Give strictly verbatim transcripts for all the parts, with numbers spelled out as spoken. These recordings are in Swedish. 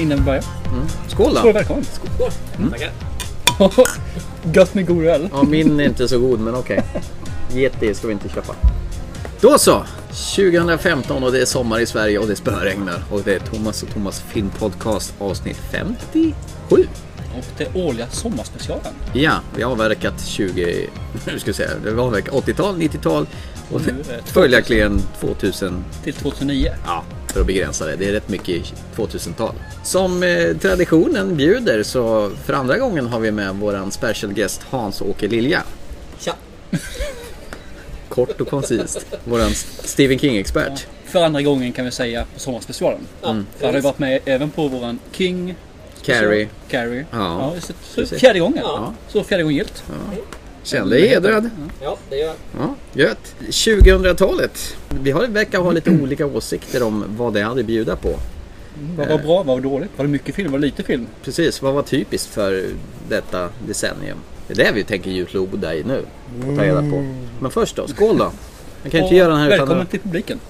innan vi börjar. Mm. Skål då! Skål, välkommen! Skål! Mm. Tackar! Gött med god öl. Ja, min är inte så god, men okej. Okay. Yeti ska vi inte köpa. Då så! tjugo femton och det är sommar i Sverige och det spöregnar. Och det är Thomas och Thomas filmpodcast avsnitt femtiosju. Och det årliga sommarspecialen. Ja, vi har avverkat tjugo... Hur ska jag säga? Det var avverkat åttiotal, nittiotal och följaktligen tvåtusen... Till tvåtusenio. Ja, för att begränsa det. Det är rätt mycket tvåtusental. Som eh, traditionen bjuder så för andra gången har vi med våran special guest Hans-Åke Lilja. Tja! Kort och koncist. Våran Stephen King-expert. Ja, för andra gången kan vi säga på sommarspecialen. Mm. För han har ju varit med även på våran King... Carrie. Carrie. Ja. Ja, så, så fjärde gången. Ja. Så fjärde gången gilt. Ja. Känn dig hedrad. Ja, det gör jag. Ja, gött. tjugohundratalet. Vi har verkar ha lite olika åsikter om vad det hade bjuda på. Mm, vad var bra, vad var dåligt? Var det mycket film, var det lite film? Precis, vad var typiskt för detta decennium? Det är det vi tänker jutloda i nu. Och ta reda på. Men först då, skål då. Jag kan inte göra den här välkommen utan... till publiken.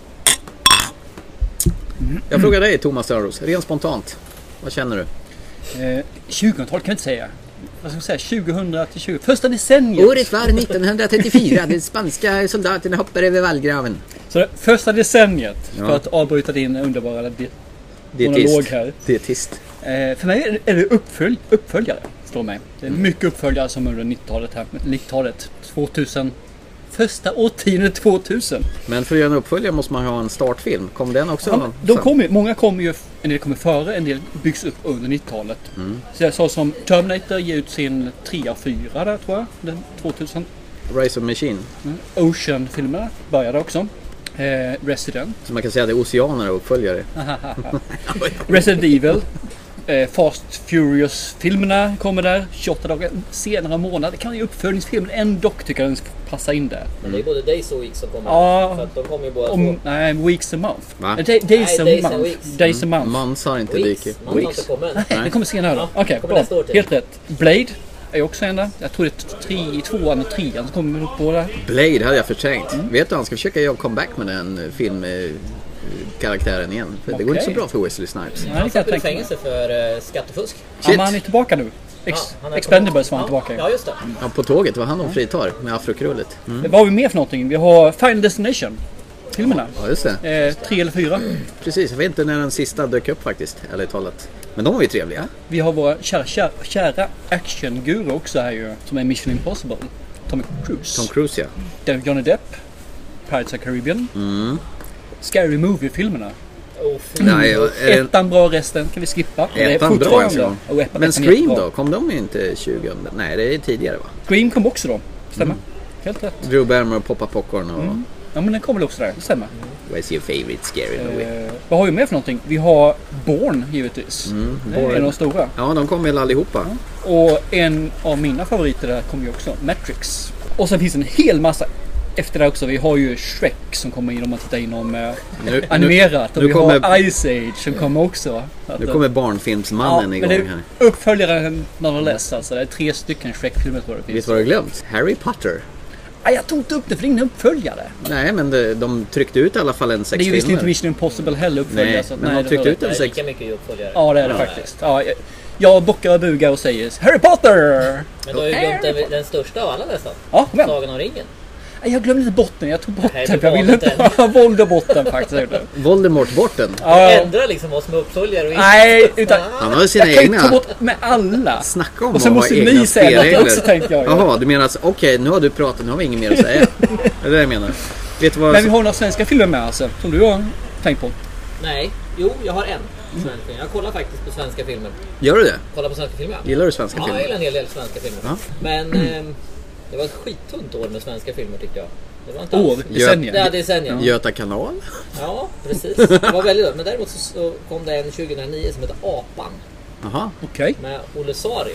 Jag frågar dig Thomas Törnros, rent spontant. Vad känner du? Eh, tjugohundratalet kan vi inte säga. Vad ska man säga? tjugohundra till tjugo. Första decenniet. Året var nittonhundratrettiofyra. De spanska soldaterna hoppade över vallgraven. Så det, första decenniet. Ja. För att avbryta din underbara di- Dietist. monolog här. Dietist. Eh, för mig är det uppfölj, uppföljare. Står mig. Det är mycket uppföljare som under nittiotalet här. nittiotalet. tvåtusen. Första årtiondet tvåtusen. Men för att göra en uppföljare måste man ha en startfilm. Kommer den också? Ja, de kommer ju, många kommer ju, en del kommer före, en del byggs upp under nittiotalet. Mm. Så jag sa som Terminator ger ut sin tre och fyra där tror jag, den tvåtusen. Rise of Machine. Mm. Ocean-filmerna började också. Eh, Resident. Så man kan säga att det är oceaner och uppföljare. Resident Evil. Eh, Fast Furious-filmerna kommer där. tjugoåtta dagar senare månad. Det kan ju uppföljningsfilmen ändå tycker jag den passar in där. Men det är både Days och Weeks som kommer. Ja. För att de kommer ju båda Om, två. nej, Weeks a Month. Va? Eh, Days, days, Nej, a Days and month. Weeks. Days a Month. Mans har inte Weeks. dykt. Man har inte kommit än. Nej, det kommer senare då. Ja, Okej, okay, kommer bra. nästa år till. Helt rätt. Blade är också en där. Jag tror det är tre, i tvåan och trean som kommer upp på där. Blade hade jag förträngt. Mm. Vet du, han ska försöka göra comeback med den filmkaraktären igen. För Okay. det går inte så bra för Wesley Snipes. Nej, Han det kan jag satt i tänka mig. fängelse för uh, skattefusk. Ja, men han är tillbaka nu. Ex- Ja, han är Expendables var han ja, tillbaka. Ja, just det. Ja, på tåget var han de fritar med afrokrullet. Mm. Vad har vi mer för någonting? Vi har Final Destination. Filmerna. Ja, just det. Eh, tre eller fyra. Precis, jag vet inte när den sista dök upp faktiskt, eller talat. Men de var ju trevliga. Vi har våra kära, kära, kära actionguru också här ju. Som är Mission Impossible. Tom Cruise. Tom Cruise, ja. Johnny Depp. Pirates of the Caribbean. Mm. Scary Movie-filmerna. Oh, fy. Nej, är, Ettan bra, resten kan vi skippa. Och det är ettan bra fortfarande- alltså. och ettan- Men ettan Scream jättebra. då? Kom de ju inte tjugo? Nej, det är tidigare va? Scream kom också då. Stämmer. Mm. Helt rätt. Drew Barrymore, Poppa Popcorn och... Mm. Ja, men den kommer väl också där. Det stämmer. Where's your favorite scary movie? Eh, vad har vi mer för någonting? Vi har Bourne givetvis. Mm, Det är en av de stora. Ja, de kom väl allihopa. Och en av mina favoriter där kommer ju också Matrix. Och sen finns en hel massa efter det också. Vi har ju Shrek som kommer in om man tittar inom eh, Nu, animerat. Och nu vi kommer- har Ice Age som kommer också. Att, nu eh, kommer barnfilmsmannen ja, igång men det här. är uppföljaren nonetheless. Alltså, det är tre stycken Shrek-filmer tror jag det Vet finns. du vad du glömt? Harry Potter. Ah, jag tog inte upp det för det är ingen uppföljare. Nej, men de, de tryckte ut i alla fall en sex Det är ju visst inte filmer. Mission Impossible heller uppföljare. Nej, så att, men nej, de det tryckte var ut det. en Det är sex... lika mycket uppföljare. Ja, det är det Ja. faktiskt. Ja, jag, jag bockar och bugar och säger Harry Potter! Men du har ju glömt den, den största av alla nästan. Ja, kom igen. Sagan om ringen. Nej, jag glömde inte botten, jag tog botten. Nej, för du jag ville valde inte ha våld och botten faktiskt. Voldemort bort den. Ja, Ändra liksom vad som är uppföljare och inte. nej, utan Han har ju sina jag kan ju ta egna. bort med alla. Snacka om Och så att ha måste egna ni säga något spelregler. också, tänkte jag. Jaha, du menar alltså, okej, nu har du pratat, nu har vi inget mer att säga. Det är det jag menar. Vet du vad... Men vi har några svenska filmer med alltså, som du har tänkt på. Nej, jo, jag har en svensk film. Jag kollar faktiskt på svenska filmer. Gör du det? Kollar på svenska filmer. Gillar du svenska Ja, jag filmer? gillar en hel del svenska filmer. Ja. Men eh, det var ett skittunt år med svenska filmer tyckte jag. Det var inte År, alls. decennier. Ja, decennier. Göta kanal? Ja, precis. Det var väldigt bra. Men däremot så, så kom det en tjugohundranio som heter Apan. Jaha. Okej. Med Olle Sari.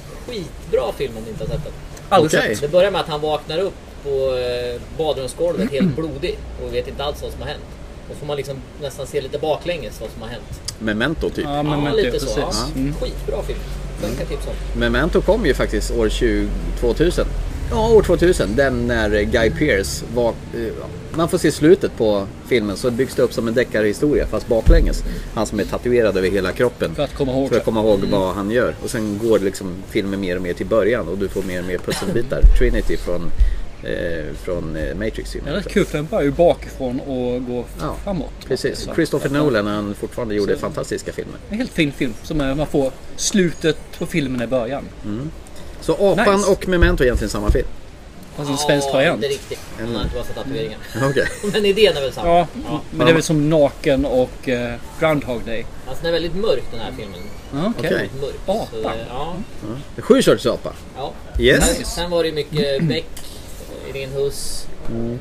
Skitbra film om ni inte har sett den. Aldrig Okej. sett. Det börjar med att han vaknar upp på eh, badrumsgolvet helt blodig och vet inte alls vad som har hänt. Och får man liksom nästan se lite baklänges vad som har hänt. Memento typ. Ja, men Ja, men lite det, så. precis. Ja. Mm. Skitbra film. Den kan jag tipsa om. Memento kom ju faktiskt år tjugo, tvåtusen. Ja, år tvåtusen. Den när Guy Pearce var... Uh, man får se slutet på filmen, så byggs det upp som en deckarhistoria fast baklänges. Han som är tatuerad över hela kroppen. För att komma ihåg, för att komma ihåg mm. vad han gör. Och sen går liksom filmen mer och mer till början och du får mer och mer pusselbitar. Trinity från, eh, från eh, Matrix. Ja, det är kul för den börjar ju bakifrån och går ja, framåt. Precis. Christopher Nolan, han fortfarande gjorde så, fantastiska filmer. En helt fin film som är, man får slutet på filmen i början. Mm. Så Apan nice. Och Memento är egentligen samma film. Alltså en svensk variant. Ja, inte riktigt. Han har inte bara fått tatueringar. Okay. Men idén är väl samma. Ja, ja. Men det är väl som Naken och uh, Groundhog Day. Alltså den är väldigt mörk den här filmen. Okej. Okay. Mörk. Apa. Så, ja. Mm. Sju sorts apa. Ja. Yes. Sen, sen var det mycket Beck, Irene Huss. Mm.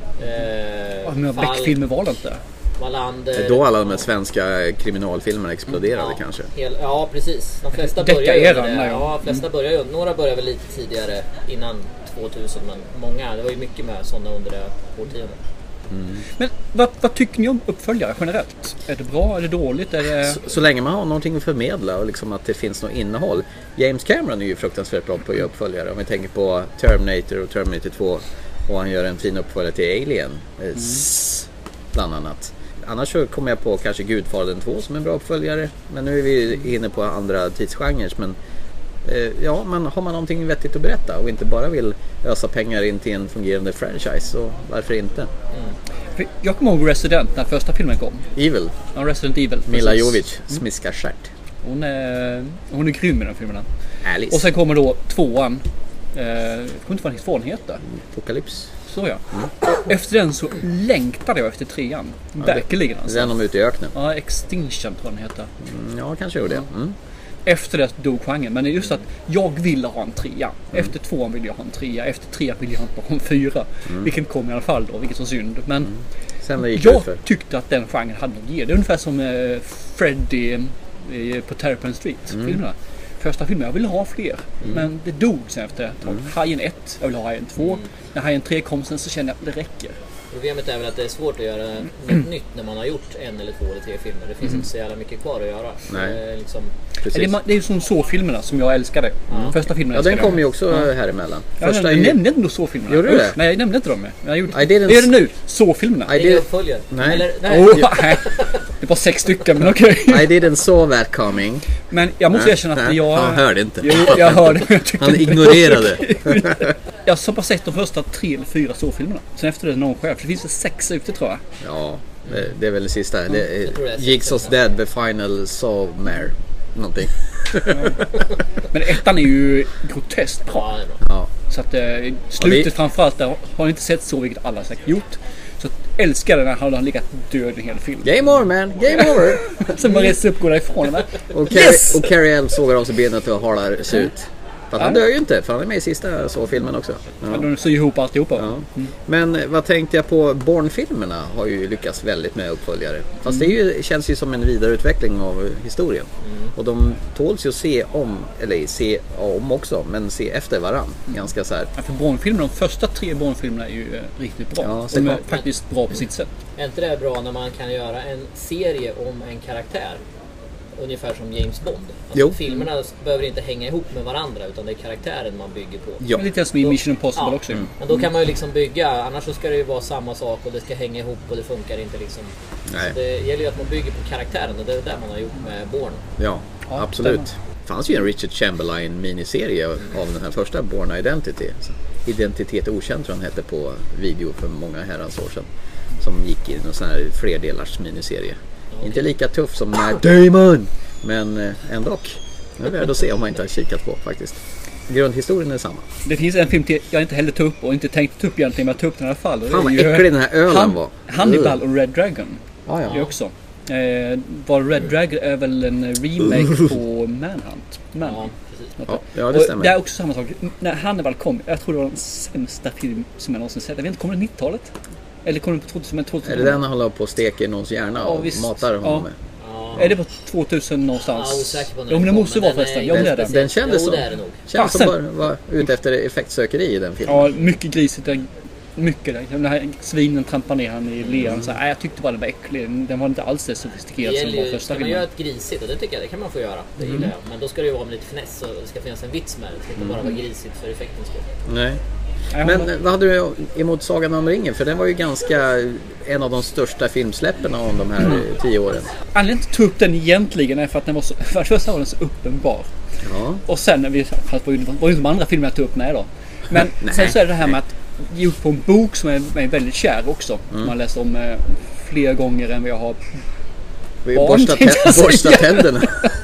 Eh, oh, men Beck-filmer var det inte. Wallander. Då alla de här svenska kriminalfilmerna exploderade ja, kanske. Hel, ja, precis. De flesta börjar ju eran, det. Ja, de flesta börjar ju. Några börjar väl lite tidigare innan tvåtusen, men många, det var ju mycket med sådana under det årtiondet. Mm. Men vad, vad tycker ni om uppföljare generellt? Är det bra, är det dåligt? Är det... Så, så länge man har någonting att förmedla och liksom att det finns något innehåll. James Cameron är ju fruktansvärt bra på att göra uppföljare. Om vi tänker på Terminator och Terminator två, och han gör en fin uppföljare till Alien mm. bland annat. Annars så kommer jag på kanske Gudfadern två som är en bra uppföljare. Men nu är vi inne på andra tidsgenrer. Men eh, ja, men har man någonting vettigt att berätta och inte bara vill ösa pengar in till en fungerande franchise, så varför inte? Mm. Jag kommer ihåg Resident när första filmen kom. Evil. Ja, Resident Evil. Mila Jovovich, smiska stjärt. Hon är, hon är grym i den filmen. Alice. Och sen kommer då tvåan. Eh, jag kommer inte vad tvåan heter. Apocalypse. Så ja. Mm. Efter den så längtade jag efter trean. Ja, verkligen alltså. Den om ute i öknen. Ja, Extinction tror jag den heter. Mm, ja, kanske gjorde det. Mm. Efter det dog genren. Men det är just att jag ville ha en trea. Mm. Efter tvåan ville jag ha en trea. Efter trean ville jag inte ha en fyra. Mm. Vilket kom i alla fall då. Vilket var synd. Men mm. Sen gick jag utför. tyckte att den genren hade något att ge. Det är ungefär som eh, Freddy eh, på Terrapin Street. Mm. Filmerna. Första filmen, jag ville ha fler. Mm. Men det dog sen efter ett tag. Mm. Hajen ett, jag vill ha Hajen två. Mm. När Hajen tre kom sen så kände jag att det räcker. Problemet är väl att det är svårt att göra något nytt när man har gjort en eller två eller tre filmer. Det finns mm. inte så jävla mycket kvar att göra. Nej. Det är, liksom... det, är, det är ju som så-filmerna som jag älskade. Mm. Första filmen ja, den kom ju också ja. här emellan. Första jag, jag nämnde inte så-filmerna. Gjorde du det? Nej, jag nämnde inte dem. Jag gjorde I didn't... det är det nu. Så-filmerna. Det är uppföljare. Nej. Eller, nej. Oh, nej. Det var sex stycken, men okej. Okay. I didn't saw that coming. Men jag måste erkänna att jag... Han hörde inte. Jo, jag hörde. Jag Han ignorerade. Jag har bara sett de första tre eller fyra så-filmerna. Sen efter det någon själv. Det finns det sex ute tror jag. Ja, det, det är väl det sista. Mm. Det är Jigsaw's Dead, The Final Sawmare. Någonting. Ja. Men ettan är ju groteskt bra. Ja. Så att eh, slutet det... framförallt där har inte sett så, vilket alla säkert gjort. Så älskar den när han har legat död i hela filmen. Game over man, game over. Sen bara reser upp och går därifrån. Och Carrie, yes! och Carrie Elves sågar av sig benet och halar sig ut. För han dör ju inte, för han är med i sista så-filmen också. Ja. Ja, de syr ihop alltihopa. Ja. Mm. Men vad tänkte jag på? Bourne-filmerna har ju lyckats väldigt med uppföljare. Fast mm. det är ju, känns ju som en vidareutveckling av historien. Mm. Och de tåls ju att se om, eller se om också, men se efter varann. Mm. Ganska så här. Ja, för Bourne-filmerna, de första tre Bourne-filmerna är ju eh, riktigt bra. Ja, de är kom... faktiskt bra på sitt sätt. Är inte det bra när man kan göra en serie om en karaktär? Ungefär som James Bond. Alltså filmerna behöver inte hänga ihop med varandra, utan det är karaktären man bygger på. Ja. Lite som i Mission Impossible ja. också. Mm. Men då kan man ju liksom bygga, annars så ska det ju vara samma sak och det ska hänga ihop och det funkar inte liksom. Nej. Så det gäller ju att man bygger på karaktären och det är det man har gjort med Bourne. Ja, ja absolut. Det fanns ju en Richard Chamberlain miniserie av den här första Bourne Identity. Identitet okänd tror han hette på video för många herrans år sedan. Som gick i en sån här flerdelars miniserie. Okay. Inte lika tuff som Matt Damon, men ändå. Det är värd att se om man inte har kikat på faktiskt. Grundhistorien är samma. Det finns en film till jag inte heller tog upp och inte tänkt ta upp egentligen, men jag tog upp den i alla fall. Fan vad äcklig den här ölen Han, var. Hannibal och Red Dragon. Ah, ja. Det är också. Eh, var Red Dragon är väl en remake på Manhunt. Manhunt. Ja, ja, det stämmer. Och det är också samma sak. När Hannibal kom, jag tror det var den sämsta film som jag någonsin sett. Jag vet inte, kommer det nittiotalet? Eller kommer det på tvåtusen? Är det den han håller på att steka i någons hjärna ja, och visst. matar honom ja. med? Ja. Är det på tvåtusen någonstans? Ja, osäker på jo, men det måste vara förresten. Jag den, den, den kändes som, det kändes som bara var ute efter effektsökeri i den filmen. Ja, mycket grisigt. Mycket där. Den här svinen trampar ner han i leran. Mm. Så här, jag tyckte bara den var äcklig. Den var inte alls så sofistikerad som den var första filmen. Man gör ett grisigt och det tycker jag det kan man få göra. Det mm. Men då ska det ju vara med lite finess och det ska finnas en vits med det. Det ska inte mm. bara vara grisigt för effektens skull. Nej. Men vad hade du emot Sagan om ringen? För den var ju ganska en av de största filmsläppen om de här mm. tio åren. Anledningen till att ta upp den egentligen är för att den var så, för första var den så uppenbar. Ja. Och sen när vi, fast var ju var ju de andra filmerna jag tog upp när då. Men sen så är det här med att ge upp på en bok som är, är väldigt kär också. Mm. Som man läst om eh, fler gånger än vad jag har vi borsta, te- borsta tänderna.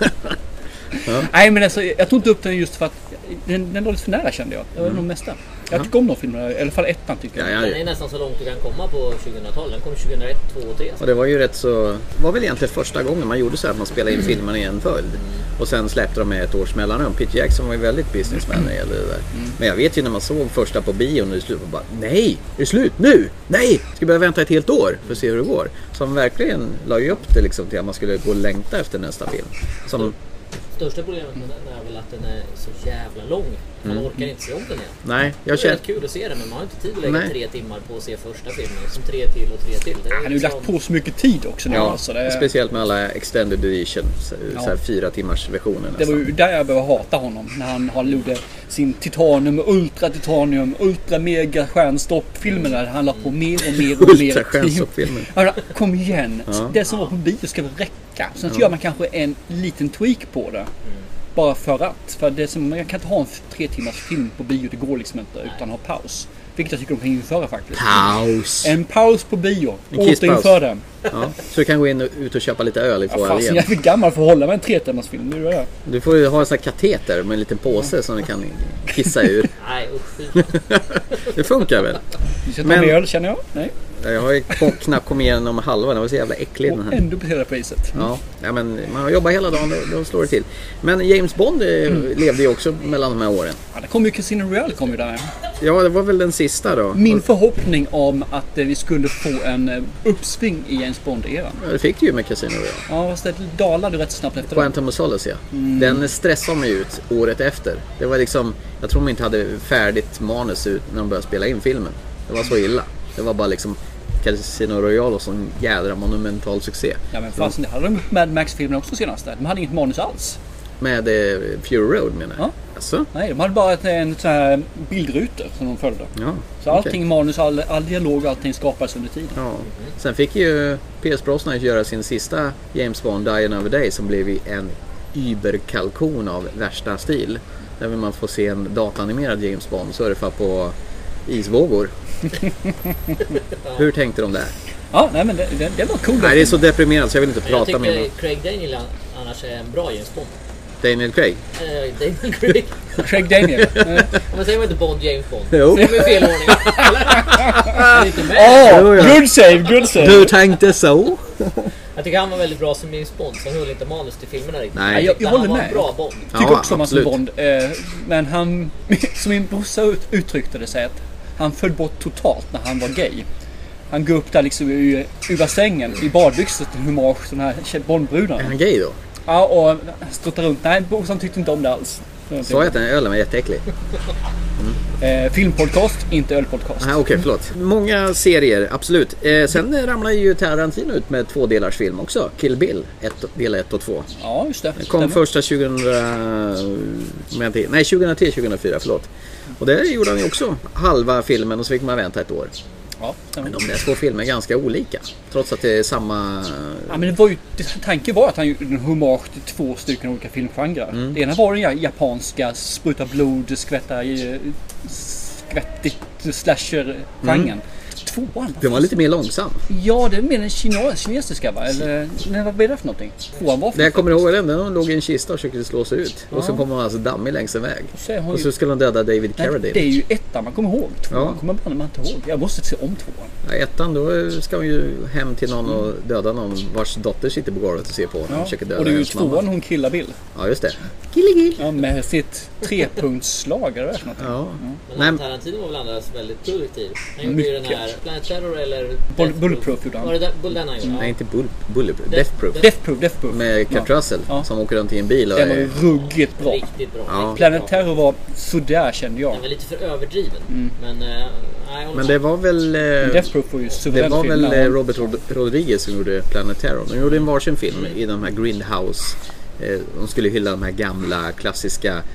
Ja. Nej, men alltså, jag tog inte upp den just för att den, den var lite för nära, kände jag. Det var mm. nog mesta. Jag tycker om de filmerna, i alla fall ettan tycker jag. Ja, ja, ja. Den är nästan så långt du kan komma på tjugohundratalet. Den kom tjugohundraett, två och tre. Och det var ju rätt så... Det var väl egentligen första gången man gjorde så här att man spelade in filmerna i en följd. Mm. Och sen släppte de med ett års mellanrum. Peter Jackson var ju väldigt businessman när det gällde det där. Mm. Men jag vet ju när man såg första på bio och det slut bara, nej, är det slut nu? Nej, ska behöva vänta ett helt år för att se hur det går. Så de verkligen la ju upp det liksom till att man skulle gå och längta efter nästa film. Som... Största problemet med den är väl att den är så jävla lång. Man mm. orkar inte se om den igen. Nej, jag känner... Det är rätt kul att se den, men man har inte tid att lägga Nej. tre timmar på att se första filmen. Som tre till och tre till. Det är Han har ju lagt på så mycket tid också nu. Ja, alltså. Det är... speciellt med alla extended edition, så, ja. så här fyra timmars versioner. Det var ju där jag började hata honom. När han hade sin Titanium, Ultra Titanium, Ultra Mega Stjärnstopp-filmen där han la på mer och mer och mer. Ultra Stjärnstopp-filmen. Ja, kom igen. Ja. Det som var på bio ska väl räcka. Sen så ja. gör man kanske en liten tweak på det. Mm. Bara för att. För det som, man kan inte ha en tre timmars film på bio, det går liksom inte utan att ha paus. Vilket jag tycker de kan införa faktiskt. Paus! En paus på bio. Återinför den. Ja, så du kan gå in och ut och köpa lite öl i två ja, igen. Jag är för gammal för att hålla med en tre timmars film. Nu är det. Du får ju ha en sån här kateter med en liten påse ja. som du kan kissa ur. Nej, usch. Det funkar väl? Du ska ta med öl, känner jag. Nej. Jag har ju knappt kommit igenom halva. Det var så jävla äcklig den här. Och ändå på hela priset. Mm. Ja, ja, men man har jobbat hela dagen, då, då slår det till. Men James Bond mm. levde ju också mellan de här åren. Ja, det kom ju Casino Royale kom ju där. Ja, det var väl den sista då. Min förhoppning om att vi skulle få en uppsving i James Bond-eran. Ja, det fick du ju med Casino Royale. Ja, fast det dalade rätt snabbt efter det. Quantum of Solace, ja. Mm. Den stressade mig ut året efter. Det var liksom, jag tror de inte hade färdigt manus ut när de började spela in filmen. Det var så illa. Det var bara liksom Casino Royale och sån jädra monumental succé. Ja, men fast det hade de Mad Max-filmen också senast där. De hade inget manus alls. Med eh, Fury Road menar jag. Ja. Alltså? Nej, de hade bara ett, en sån här bildrutor som de följde. Ja, så allting, okay. manus, all, all dialog och allting skapades under tiden. Ja. Sen fick ju P S Brosnan göra sin sista James Bond, Die Another Day, som blev en überkalkon av värsta stil. Där vill man få se en dataanimerad James Bond surfa på isvågor. Hur tänkte de där? Ja, nej men det, det, det var coolt. Nej, det är så deprimerande så jag vill inte prata med honom. Jag tycker Craig Daniel annars är en bra James Bond. Daniel Craig? Uh, Daniel Craig. Craig Daniel. Man säger inte Bond, James Bond. Jo. Det är fel ordning. Lite med. Åh, oh, good save, good save. Du tänkte så? Jag tycker han var väldigt bra som James Bond. Så han höll inte manus till filmerna riktigt. Nej, jag, jag håller med. Han var en bra Bond. Jag tycker ja, också om han som Bond. Eh, men han, som min brorsa ut, uttryckte det sig, att han föll bort totalt när han var gay. Han går upp där liksom ur, ur bassängen i badbyxor till humage, sån här Bondbrudar. Är han gay då? Ja, och struttar runt. Nej, brorsan tyckte inte om det alls. Så att den ölen var jätteäcklig. Mm. Eh, filmpodcast, inte ölpodcast. Ah, Okej, okay, förlåt. Många serier, absolut. Eh, sen ramlar ju Tarantino ut med två delars film också. Kill Bill, ett, del ett och två. Ja, just det. Den kom stämmer. första tjugohundra... Nej, tjugohundratre tjugohundrafyra, förlåt. Och där gjorde han ju också halva filmen och så fick man vänta ett år. Ja, men de där två filmer är ganska olika. Trots att det är samma... Ja, men det var ju, tanken var att han gjorde en hommage till två stycken olika filmgenrer. Mm. Det ena var den japanska spruta blod, skvätta, skvättigt slasher-genren. Mm. Tvåan. Den var lite mer långsam. Ja, det är mer den kino- kinesiska va? Eller nej, vad är det för någonting? Tvåan var för det jag kommer ihåg den, den låg i en kista och försökte slå sig ut. Ja. Och så kom hon alltså dammig längs en väg. Så och så skulle hon döda David Carradine. Nej, det är ju ettan man kommer ihåg. Tvåan ja. kommer man inte ihåg. Jag måste se om tvåan. Ja, ettan, då ska hon ju hem till någon och döda någon vars dotter sitter på golvet och ser på. Ja. Och, döda och det är ju tvåan mamma. Hon killar Bill. Ja, just det. Killigill. Ja, med sitt trepunktsslag eller vad ja. ja. Men Tarantino var väl annars väldigt produktiv. Han gjorde ju den här Planet Terror eller Bull, Bulletproof gjorde han. Var det Bull den han gjorde? Nej, inte bull, Bulletproof. Death Proof. Death Proof, Death Proof. Med Kurt Russell ja. som åker runt i en bil. Och den var ju ruggigt bra. Riktigt bra. Ja. Planet Terror var sådär kände jag. Den var lite för överdriven. Mm. Men, äh, nej, men det var väl... Äh, Death Proof var ju det var väl äh, Robert Rod- Rodriguez som gjorde Planet Terror. De gjorde en varsin film mm. i de här Grindhouse. Eh, de skulle hylla de här gamla klassiska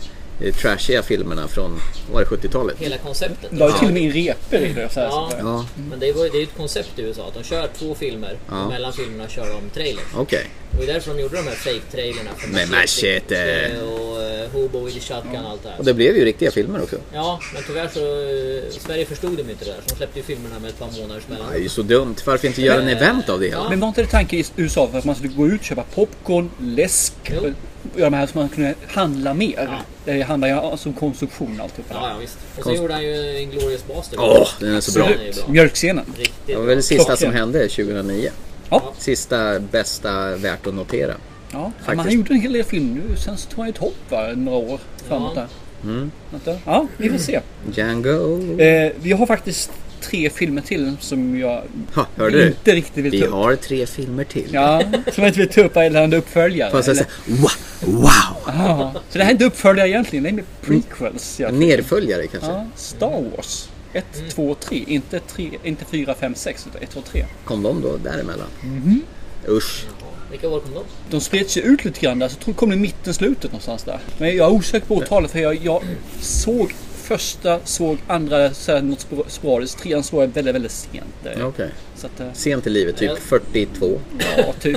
eh, trashiga filmerna från, var det sjuttiotalet? Hela konceptet. Det var ju till och med en reper i det. Så här, Ja, så här. Ja, men det är ju det är ju ett koncept i U S A att de kör två filmer Ja. och mellan filmerna kör de trailers. okej. Och det är därför de gjorde de här fake-trailerna för Med Machete. och uh, Hobo with the Shotgun och allt det här. Och det blev ju riktiga filmer också. Ja, men tyvärr så uh, Sverige förstod de inte det där. Så de släppte ju filmerna med ett par månaders mellan. Det är ju så dumt. Varför inte göra en event av det hela? Ja. Men var inte det tanken i U S A för att man skulle gå ut och köpa popcorn, läsk Jo. och göra de här så man kunde handla mer? Ja. Det handlar ju alltså om konsumtion och alltihop. Ja, ja visst. Och så Konst- gjorde han ju Inglourious Bastard. Åh, den är så bra. Den är ju bra. Mjölkscenen. Riktigt Det var bra. väl det sista som Klockren. hände tjugohundraniio. Ja. Sista bästa värt att notera. Ja, Faktiskt. man gjorde en hel del film nu. Sen så tog han ett hopp va, några år framåt Ja. där. Mm. Vänta. Ja, vi får se. Django. Eh, vi har faktiskt tre filmer till som jag Ha, hörde du? inte riktigt vill Vi ta upp. har tre filmer till. Ja, som jag inte vill ta upp eller en uppföljare. Fast jag eller, säger, wow, wow! ja. Så det här är inte uppföljare egentligen, det är med prequels. Ja. Nerföljare kanske. Ja, Star Wars. ett, två, tre. Inte, tre, inte fyra, fem, sex utan ett, två, tre. Kom de då däremellan? Mhm. Usch. Vilka år kom de? De spreds ju ut lite grann där, så jag tror det kom i mitten, slutet någonstans där. Men jag är osäker på årtalet för jag, jag såg första, såg andra så här, något spor- sporadiskt. Trean såg jag väldigt, väldigt sent. eh, Okej. Så att, eh, Sent i livet, typ Ja. fyrtiotvå. ja, typ.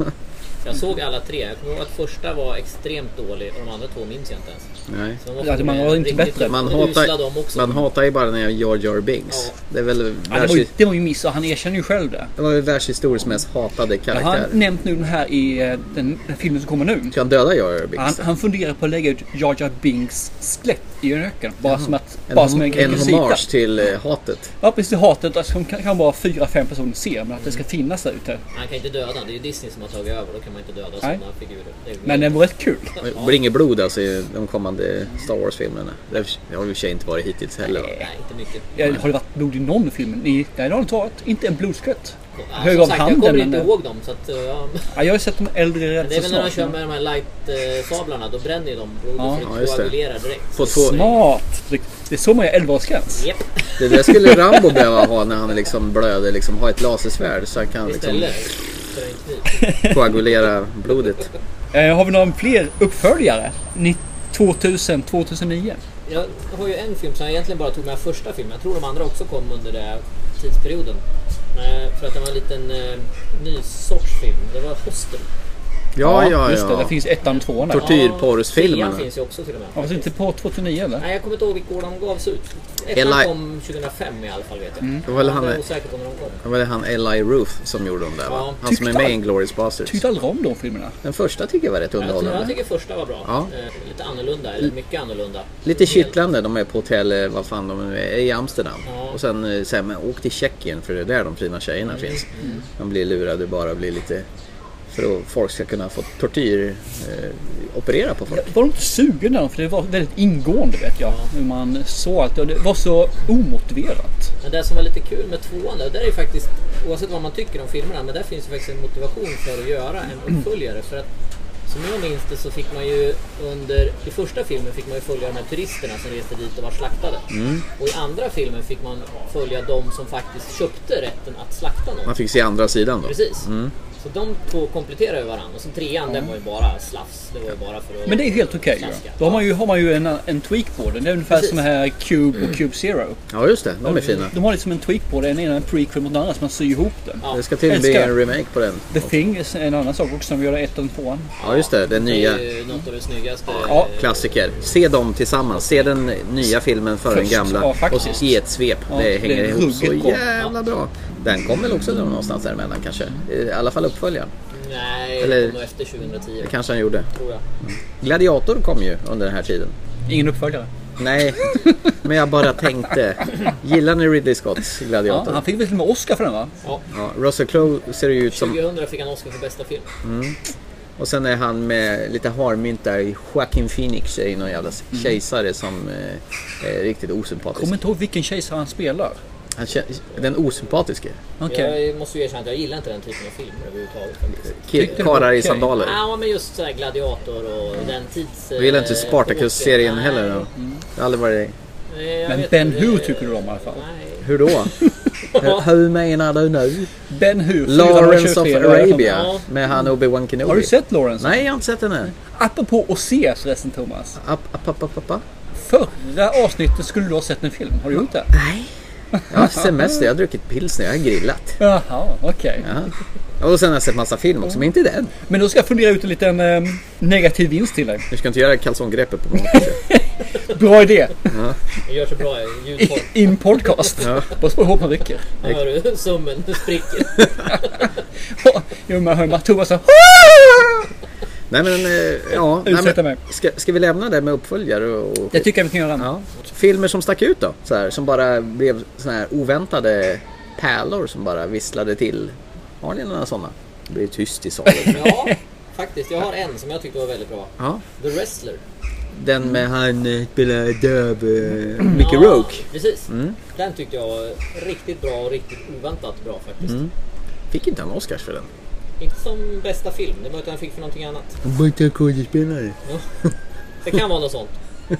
Jag såg alla tre. Jag kommer ihåg att första var extremt dålig och de andra två minns jag inte ens. Nej. Så de Ja, det- man var inte riktigt bättre. Man usla hatar, de också. man hatar ju bara när jag Jar Jar Binks. Ja. Det är väl Ja, det, var ju, världs, det var ju miss och han erkänner ju själv det. det var ju världshistoriens mest hatade Jag har karaktär. nämnt nu den här i eh, den, den filmen som kommer nu. Ska han döda Jar Jar Han, Binks? han funderar på att lägga ut Jar Jar Binks skelett i en öken. Bara som att... En, bara som en, hom- en rekvisita. hommage till eh, hatet. Ja, precis till hatet. Alltså, som kan, kan bara fyra, fem personer se. Men att det ska finnas där ute. Man kan inte döda. Det är ju Disney som har tagit över. Då kan man inte döda Nej. sådana figurer. Det är ju Men den var rätt kul. Det blir inget blod alltså i de kommande Star Wars-filmerna. Det har i och för sig inte varit hittills heller. va? Nej, inte mycket. Ja, har det varit blod i någon film? Nej, det har det inte varit. Inte en blodskott. Ja, Hög som av sagt, handen, jag kommer inte men- ihåg dem. Så att, ja. Ja, jag har sett de äldre rätt Det är så väl när de snart. kör med de här light-sablarna. Då bränner ju de blodet Ja. för Ja, det just det. koagulerar direkt. På två, Smart! Det, det är så man gör elvaårsgräns. Japp, det där skulle Rambo behöva ha när han liksom blöder. Liksom, ha ett lasersvärd så han kan liksom istället. för en kniv. koagulera blodet. Eh, har vi några fler uppföljare? Ni- tvåtusen, tvåtusenio. Jag har ju en film som jag egentligen bara tog med första filmen. Jag tror de andra också kom under den här tidsperioden. Eh, För att det var en liten eh, ny sorts film. Det var Hostel. Ja, ja, Just det, ja. det finns ettan och tvåan där. Tortyr. Tyrporrsfilmerna. Trean finns ju också till och med. Ja, fast inte på tvåtusenio eller? Nej, jag kommer inte ihåg vilka år de gavs ut. Ettan Eli- kom tjugohundrafem i alla fall vet jag. Mm. Det var väl han- Jag är osäker på när de kom. Det var det han Eli Ruth som gjorde dem där va? Ja. Han som är Tyckte med i han- Inglourious Basterds. Tyckte aldrig om de filmerna. Den första tycker jag var rätt Jag, tror, jag underhållande. tycker första var bra. Ja. Eh, lite annorlunda, eller mycket annorlunda. Lite Helt- kittlande, de är på hotell, eh, vad fan de är i Amsterdam. Ja. Och sen eh, säger man åk till Tjeckien för det är där de fina tjejerna finns. De blir lurade bara blir lite för att folk ska kunna få tortyr eh, operera på folk. Jag var inte sugen där för det var väldigt ingående vet jag. Hur man såg allt och det var så omotiverat. Men det som var lite kul med tvåan där, där är ju faktiskt, oavsett vad man tycker om filmerna, men där finns ju faktiskt en motivation för att göra en uppföljare. För att som jag minns det så fick man ju under, i första filmen fick man ju följa de här turisterna som reste dit och var slaktade. Och i andra filmen fick man följa de som faktiskt köpte rätten att slakta någon. Man fick se andra sidan då. Precis. Så de två kompletterar ju varandra. Och så trean, den var ju bara slafs. Det var ju bara för att... Men det är helt okej ju. Slaska. Då har man ju, har man ju en, en tweak på den. Det är ungefär Precis. som här Cube och Cube Zero. Ja just det, de är fina. De har liksom en tweak på den. En är en prequel mot den andra så man syr ihop den. Ja. Det ska till bli Älskar. en remake på den. The Thing är en annan sak också som vi gör ettan och tvåan. Ja just det, den nya. Det är ju något av det snyggaste. Ja. Klassiker. Se dem tillsammans. Se den nya filmen för den Först, gamla. ja, och faktiskt. i ett svep. Ja, det det hänger är ihop så ruggigt bra. jävla bra. Den kom väl också där någonstans däremellan kanske. I alla fall uppföljaren. Nej, Eller- det kom nog efter tjugohundratio. Det kanske han gjorde. Tror jag. Gladiator kom ju under den här tiden. Ingen uppföljare. Nej, men jag bara tänkte. Gillar ni Ridley Scotts Ja, Gladiator? han fick väl till och med Oscar för den va? Ja. Ja, Russell Crowe ser ju ut som... tjugohundra fick han Oscar för bästa film. Och sen är han med lite harmynt där. Joaquin Phoenix är ju någon jävla kejsare som eh, är riktigt osympatisk. Kommer inte ihåg vilken kejsare han spelar. Han kä- den osympatiske. Okej. Jag måste ju erkänna att jag gillar inte den typen av filmer överhuvudtaget faktiskt. Ki- Karar i okej. sandaler. Ja, men just sådär Gladiator och den tids... Du gillar inte eh, Spartacus-serien Nej. heller då? Det har aldrig varit... Nej, jag Men vet Ben inte. Hur tycker du om i alla fall? Nej. Hur då? hur, hur menar du nu? Ben Hur. Lawrence of Arabia Ja. med han Obi-Wan Kenobi. Har du sett Lawrence? Nej, jag har inte sett den än. Apropå att se förresten, Thomas. App, app, app, app, app. Förra avsnittet skulle du ha sett en film. Har du gjort det? Nej. Jag har semester, jag har druckit pilsner, jag har grillat. Jaha, okej. Ja. Och sen har jag sett massa film också, men inte den. Men då ska jag fundera ut en liten eh, negativ vinst till dig. Du ska inte göra kalsonggreppet på någon. Bra idé. Det gör så bra i ljudform. In podcast. Ja. Bara så ihop man rycker. Då hör du summen spricker. Jo, man hör Thomas så. Nej men, eh, ja. Nej, Ursäkta men, mig. ska, ska vi lämna det med uppföljare? Och, Det tycker jag vi kan göra. ja. Filmer som stack ut då? Så här, som bara blev såna här oväntade pärlor som bara visslade till. Har ni några sådana? Det blir tyst i salen. Ja, faktiskt. Jag har en som jag tyckte var väldigt bra. Ja. The Wrestler. Den med han eh, spelar döv eh, Mickey Ja, Rourke. precis. Mm. Den tyckte jag var riktigt bra och riktigt oväntat bra faktiskt. Mm. Fick inte han Oscars för den? Inte som bästa film, det var att han fick för någonting annat. Byta skådespelare. Ja. Det kan vara något sånt. uh,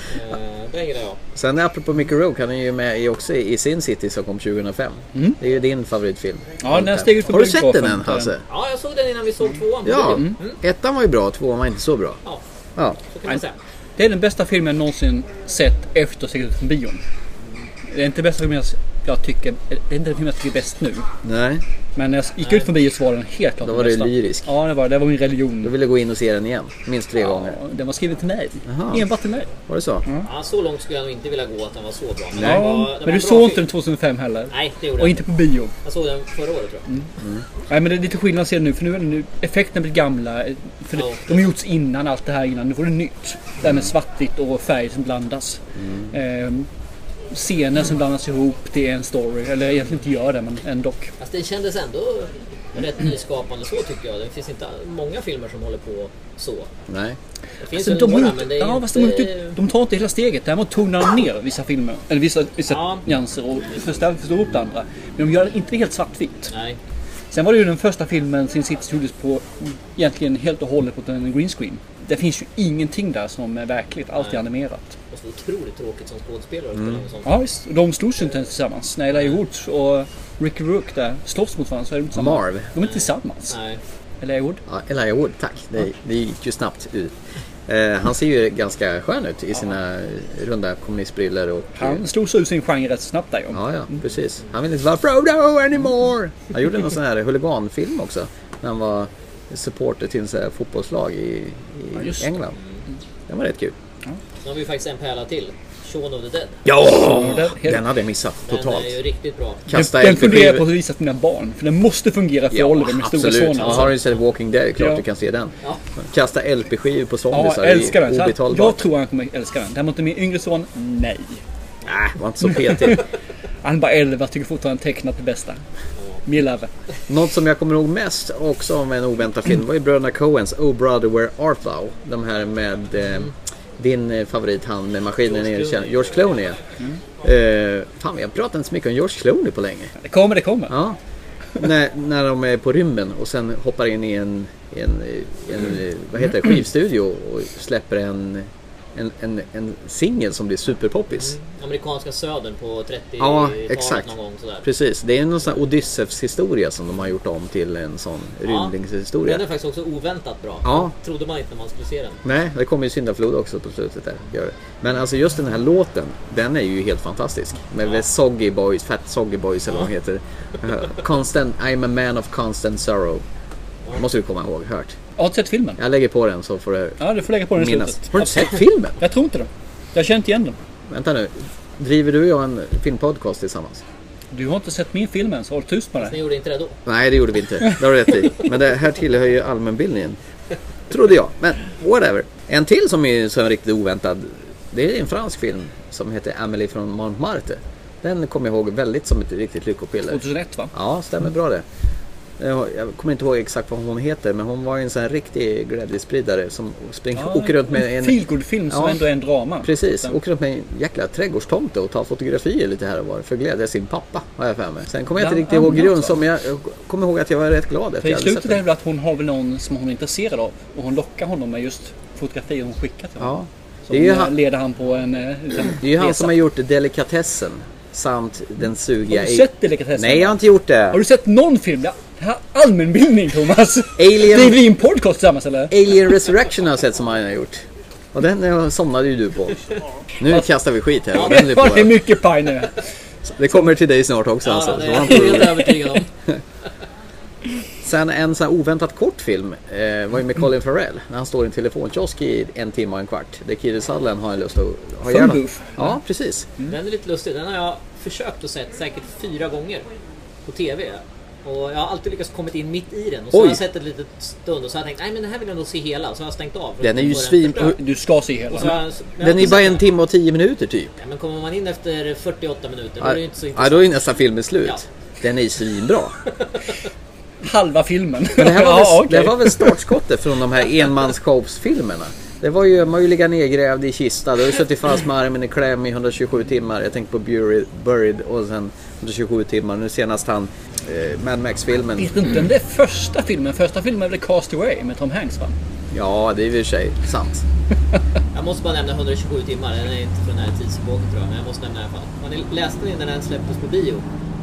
det gillar jag. Sen apropå Mickey Rourke, han är ju med i också i Sin City som kom tjugohundrafem. Mm. Det är ju din favoritfilm. Ja, den här steg ut på Har du sett den biografen. än, Hasse? Ja, jag såg den innan vi såg tvåan på Ja, bio. Mm. ettan var ju bra, tvåan var inte så bra. Ja, Ja. så kan man säga. Det är den bästa filmen jag någonsin sett efter steget ut från bion. Det är inte bästa filmen jag tycker, det är inte den film jag tycker är bäst nu. Nej, Men när jag gick ut från bio så var den helt klart då den var det bästa. lyrisk. Ja, det var, det var min Då religion. ville jag gå in och se den igen, minst tre gånger. Ja, den var skriven till mig. Jaha. Enbart till mig. Var det så? Ja, så långt skulle jag nog inte vilja gå att den var så bra. Men, Ja, den var, den var men en du bra såg inte film. den tjugohundrafem heller. Nej, det gjorde Och jag inte på bio. Jag såg den förra året tror jag. Nej, men det är lite skillnad att se nu. För nu är nu effekten blir gamla. För det, Ja. de har gjorts innan allt det här innan. Nu får det nytt. Det här med svartvitt och färg som blandas. Ehm, scener som blandas ihop. Det är en story. Eller egentligen inte gör det, men ändå. Fast den kändes ändå rätt nyskapande så tycker jag. Det finns inte många filmer som håller på så. Nej. Det finns Alltså, väl de, några, har men det gjort, är ja, inte... fast de, har gjort, ut- de tar inte hela steget. Däremot tonar de ner vissa filmer. Eller vissa, vissa Ja. nyanser och förstår, förstår upp det andra. Men de gör inte helt svartvitt. Nej. Sen var det ju den första filmen Sin City gjordes på egentligen helt och hållet på en green screen. Det finns ju ingenting där som är verkligt. Allt är Nej. animerat. Och så otroligt tråkigt som skådespelare att spela in sånt. Ja visst, de slogs ju inte ens tillsammans. När Elijah Wood och Ricky Rourke där slåss mot varandra så är de inte tillsammans. Marv. De är inte tillsammans. Nej. Elijah Wood. Ja, Elijah Wood, tack. Det, det gick ju snabbt ut. Eh, han ser ju ganska skön ut i sina runda kommunistbrillor och... Han slog sig ur sin genre rätt snabbt där. Ja, ja, precis. Han vill inte vara Frodo anymore. Han gjorde någon sån här huliganfilm också. När han var supporter till en sån här fotbollslag i, i Ja, just det. England. Den var rätt kul. Nu har vi faktiskt en pärla till. Shaun of the Dead. Ja! den- Den hade jag missat Den totalt. är ju riktigt bra. Kasta Den, den funderar L P skivor. på att visa för mina barn. För den måste fungera för Ja, Oliver, min stora absolut. son. Ja, Alltså. har du sett Walking Dead? Klart Ja. du kan se den. Ja. Kasta L P-skivor på Ja, zombiesar. jag älskar den. Så att Obetalbart. jag tror han kommer älska den. Däremot min yngre son, nej. Äh, var inte så petig. Han är bara elva, tycker fortfarande tecknat det bästa. Gillar. Något som jag kommer ihåg mest också om en oväntad film var ju bröderna Coens Oh Brother Where Art Thou? De här med eh, din eh, favorit, han med maskinen George i Clooney. George Clooney. Eh, fan, vi har pratat inte så mycket om George Clooney på länge. Det kommer, det kommer. Ja. när, när de är på rymmen och sen hoppar in i en, en, en vad heter det, skivstudio och släpper en en, en, en singel som blir superpoppis. Amerikanska södern på Ja, trettiotalet exakt. någon gång sådär. Precis, det är någon sån här Odysseus historia som de har gjort om till en sån Ja. rymlingshistoria. Den är faktiskt också oväntat bra. Ja. Trodde man inte när man skulle se den. Nej, det kommer ju syndaflod också på slutet där. Gör det. Men alltså just den här låten, den är ju helt fantastisk. Med Ja. Soggy Boys, Fat Soggy Boys eller vad de heter. Uh, constant, I'm a man of constant sorrow. Måste du komma ihåg, hört. Jag har inte sett filmen. Jag lägger på den så får du Ja, du får lägga på den i minnas. slutet. Har du inte sett filmen? Jag tror inte det. Jag känner inte igen den. Vänta nu. Driver du och jag en filmpodcast tillsammans? Du har inte sett min film än, så håll tyst med Ni det. gjorde inte det då. Nej, det gjorde vi inte. Det har du rätt i. Men det här tillhör ju allmänbildningen. Trodde jag. Men whatever. En till som är så riktigt oväntad. Det är en fransk film som heter Amélie från Montmartre. Den kommer jag ihåg väldigt som ett riktigt lyckopiller. tjugohundraett va? Ja, stämmer bra det. Jag jag kommer inte ihåg exakt vad hon heter, men hon var ju en sån här riktig glädjespridare som springer, Ja, åker runt med en... feelgood-film som Ja. ändå är en drama. Precis, Sen- åker runt med en jäkla trädgårdstomte och tar fotografier lite här och var för glädje sin pappa, har jag för mig. Sen kommer jag inte Ja, riktigt ihåg ja, grund alltså. som jag, jag kommer ihåg att jag var rätt glad efter För i jag hade sett slutet är det den. väl att hon har väl någon som hon är intresserad av. Och hon lockar honom med just fotografier hon skickar till honom. Ja, Så det är ju hon, eh, han, leder han på en eh, liten det är ju han resa. som har gjort Delikatessen. samt den sugiga... Har du sett Delikatessen? Nej, jag har inte gjort det. Har du sett någon film? Det här allmänbildning, Thomas. Alien... Det är vi en podcast tillsammans, eller? Alien Resurrection har jag sett som han har gjort. Och den somnade ju du på. Nu kastar vi skit här. Ja, det, på det är mycket paj nu. Det kommer till dig snart också. Ja, alltså. det är jag helt övertygad om. Sen en sån här oväntat kortfilm eh, var ju med Colin Farrell. När han står i en telefonkiosk i en timme och en kvart. Det Kiefer Sutherland har en lust att ha gärna. Ja, precis. Mm. Den är lite lustig. Den har jag försökt att sett säkert fyra gånger på tv. Och jag har alltid lyckats kommit in mitt i den. Och så Oj. har jag sett ett litet stund och så har jag tänkt, nej men den här vill jag nog se hela. Och så har jag stängt av. Den är ju svin... Du ska se hela. Jag, den är bara en timme och tio minuter typ. Ja, men kommer man in efter fyrtioåtta minuter, då är det inte så intressant. Ja, då är nästan filmen slut. Ja. Den är ju svinbra. Halva filmen. Men det här var väl, ja, okay. det var väl startskottet från de här enmanshopes-filmerna. Det var ju, man ju ligga nedgrävd i kista. Du har ju suttit fast med armen i kläm i hundratjugosju timmar. Jag tänkte på Buried, Buried och sen hundratjugosju timmar. Nu senast han eh, Mad Max-filmen. Vet du inte om det är första filmen? Första filmen är väl Cast Away med Tom Hanks, va? Ja, det är ju i sig sant. Jag måste bara nämna hundratjugosju timmar. Den är inte från den här tidsepoken tror jag. Men jag måste nämna i alla fall. Har ni läst den innan den släpptes på bio?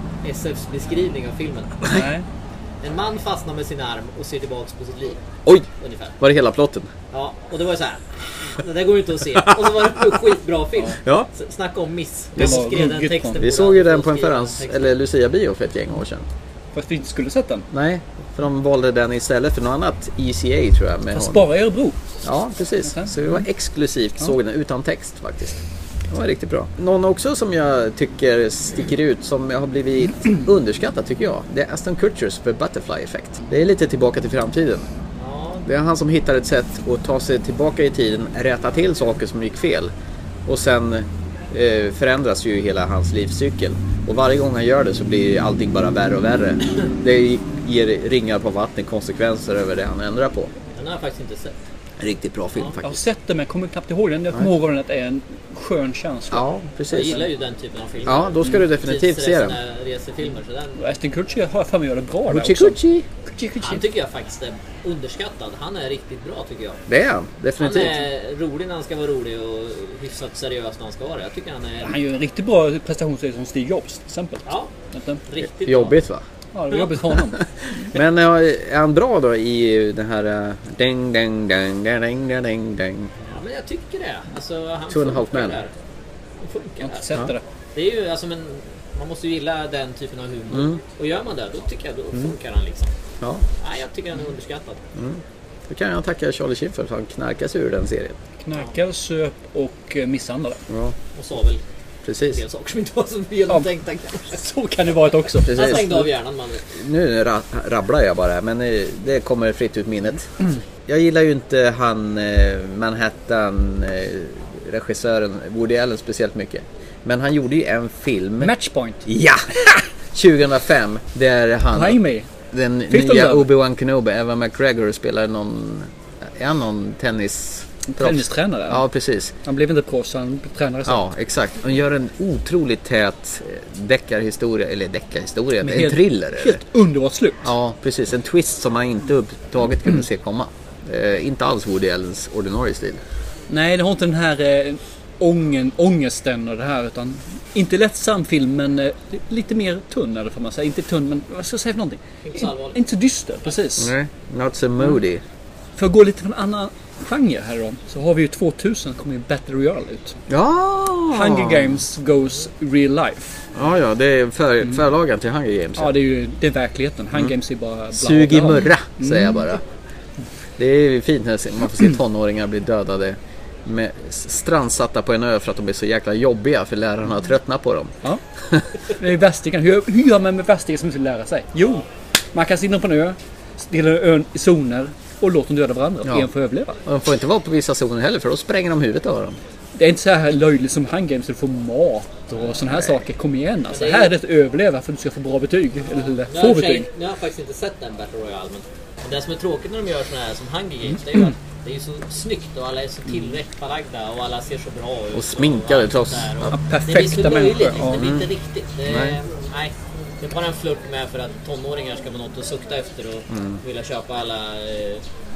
S F:s beskrivning av filmen. Nej. En man fastnar med sin arm och ser tillbaks på sitt liv. Oj, ungefär. Var det hela plotten? Ja, och det var ju så här. Det där går ju inte att se. Och så var det en skitbra film. Ja. Snacka om miss. Det var skrev den texten. Vi såg ju den på en förhands, eller Lucia bio för ett gäng år sedan. Fast vi inte skulle sett den. Nej, för de valde den istället för något annat E C A tror jag. Med Fast bara i Örebro. Ja, precis. Så det var exklusivt, ja. Såg den utan text faktiskt. Det var riktigt bra. Någon också som jag tycker sticker ut, som jag har blivit underskattad tycker jag. Det är Aston Kutchers för Butterfly Effect. Det är lite tillbaka till framtiden. Det är han som hittar ett sätt att ta sig tillbaka i tiden, rätta till saker som gick fel. Och sen eh, förändras ju hela hans livscykel. Och varje gång han gör det så blir allting bara värre och värre. Det ger ringar på vattnet, konsekvenser över det han ändrar på. Den har jag faktiskt inte sett. Riktigt bra film, ja, faktiskt. Jag har sett den men jag kommer knappt ihåg den. Jag kommer ihåg att det är en skön känsla. Ja, precis. Jag gillar ju den typen av filmer. Ja, då ska du definitivt se den. Resefilmer, så den... Aston Kutcher har jag för mig att göra det bra där också. Kuchi. Han tycker jag faktiskt är underskattad. Han är riktigt bra tycker jag. Det är han, definitivt. Han är rolig när han ska vara rolig och hyfsat seriös när han ska vara det. Jag tycker han är... Han gör en riktigt bra prestation som Steve Jobs till exempel. Ja, riktigt jobbigt va? Ja, det var jobbigt för honom. Men är han bra då i den här uh, ding ding ding ding ding ding ding? Ja, men jag tycker det. Alltså han Two and a half man. Där. Han funkar jag har inte där. sett det. Det är ju alltså men man måste ju gilla den typen av humor. Mm. Och gör man det då tycker jag då funkar han liksom. Ja. Nej, jag tycker han är underskattad. Mm. Då kan jag tacka Charlie Sheen för att han knarkar sig ur den serien. Knarkar, söp och misshandlade. Ja. Och sa väl precis. En saker som inte var så genomtänkta kanske. Så kan det vara ett också. Precis. Jag stängde av hjärnan man. Nu ra- rabblar jag bara men det kommer fritt ut minnet. Mm. Jag gillar ju inte han eh, Manhattan eh, regissören Woody Allen speciellt mycket. Men han gjorde ju en film. Matchpoint. Ja! tjugohundrafem där han Jaime. Den Fick nya Obi-Wan Kenobi, Evan McGregor spelar någon är han någon tennis tennistränare. Ja, precis. Han blev inte proffs, han blev tränare. Ja, exakt. Han gör en otroligt tät deckarhistoria eller deckarhistoria, en helt, thriller. Helt underbart slut. Ja, precis. En twist som man inte upptaget kunde se komma. Eh, inte alls Woody Allens ordinarie stil. Nej, det har inte den här eh, ången, ångesten och det här utan inte lättsam film men eh, lite mer tunn eller får man säga. Inte tunn men vad ska jag säga för någonting? Inte så allvarligt. Inte så dyster, precis. Nej, not so moody. Mm. För att gå lite från annan genre här då, så har vi ju tvåtusen kommer ju Battle Royale ut. Ja! Hunger Games goes real life. Ja, ja, det är för, mm. förlagen till Hunger Games. Ja, det är ju det är verkligheten. Hunger mm. Games är bara bla, sug i murra, mm. säger jag bara. Det är ju fint när man får se tonåringar bli dödade med strandsatta på en ö för att de är så jäkla jobbiga för lärarna har tröttnat på dem. Ja. Det är västingen. Hur, hur gör man med västingen som vill lära sig? Jo, man kan sitta på en ö, dela ön i zoner och låta dem döda varandra. Ja. En får överleva. Och de får inte vara på vissa zoner heller för då spränger de huvudet av dem. Det är inte så här löjligt som Hunger Games du får mat och såna här Nej. saker. Kom igen alltså. Det är... Här är det att överleva för att du ska få bra betyg. Eller få jag betyg. Nu har jag faktiskt inte sett den Battle Royale. Men det som är tråkigt när de gör såna här som Hunger Games det är ju att det är ju så snyggt och alla är så tillrättalagda och alla ser så bra ut. Och sminkade trots. Ja, perfekta människor. Ja. Det blir inte riktigt. Det är, nej. nej. Det är bara en flört med för att tonåringar ska vara något att sukta efter och mm. vilja köpa alla eh,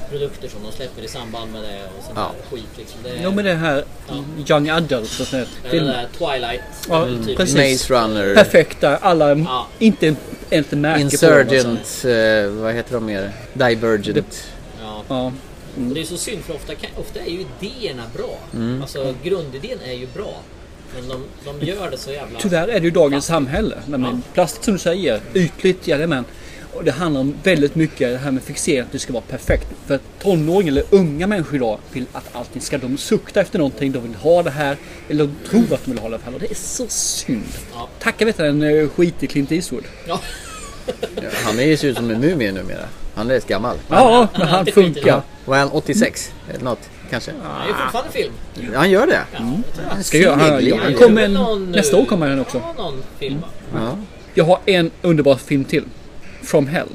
produkter som de släpper i samband med det och sånt Ja. där skit liksom. Det är, Jo, men det här Young Adult och sånt det film. där Twilight. Ja, mm. typ. precis. Maze Runner. Perfekta, alla Ja. inte ens märke Insurgent, eh, vad heter de mer? Divergent. Ja. på. Ja. Och det är så synd för ofta, kan, ofta är ju idéerna bra. Mm. Alltså grundidén är ju bra. Men de, de gör det så jävla... Tyvärr är det ju dagens samhälle. Men plast som du säger, ytligt, jajamän. Och det handlar om väldigt mycket det här med fixering, att det ska vara perfekt. För att tonåringar eller unga människor idag vill att allting ska, de sukta efter någonting, de vill ha det här. Eller de tror att de vill ha det här. Och det är så synd. Ja. Tacka vet jag en uh, skitig Clint Eastwood. Ja. Ja, han är ju ser ut som en mumie numera. Han är rätt gammal. Ja, men han det skiter funkar. jag. Var han åttiosex? Eller något, kanske? Det är ju fortfarande film. Ja, han gör det. Ja. Han ska göra, han, Snygg. han kommer en, Någon, nästa år kommer han också. Ja, någon film. Ja. Jag har en underbar film till. From Hell.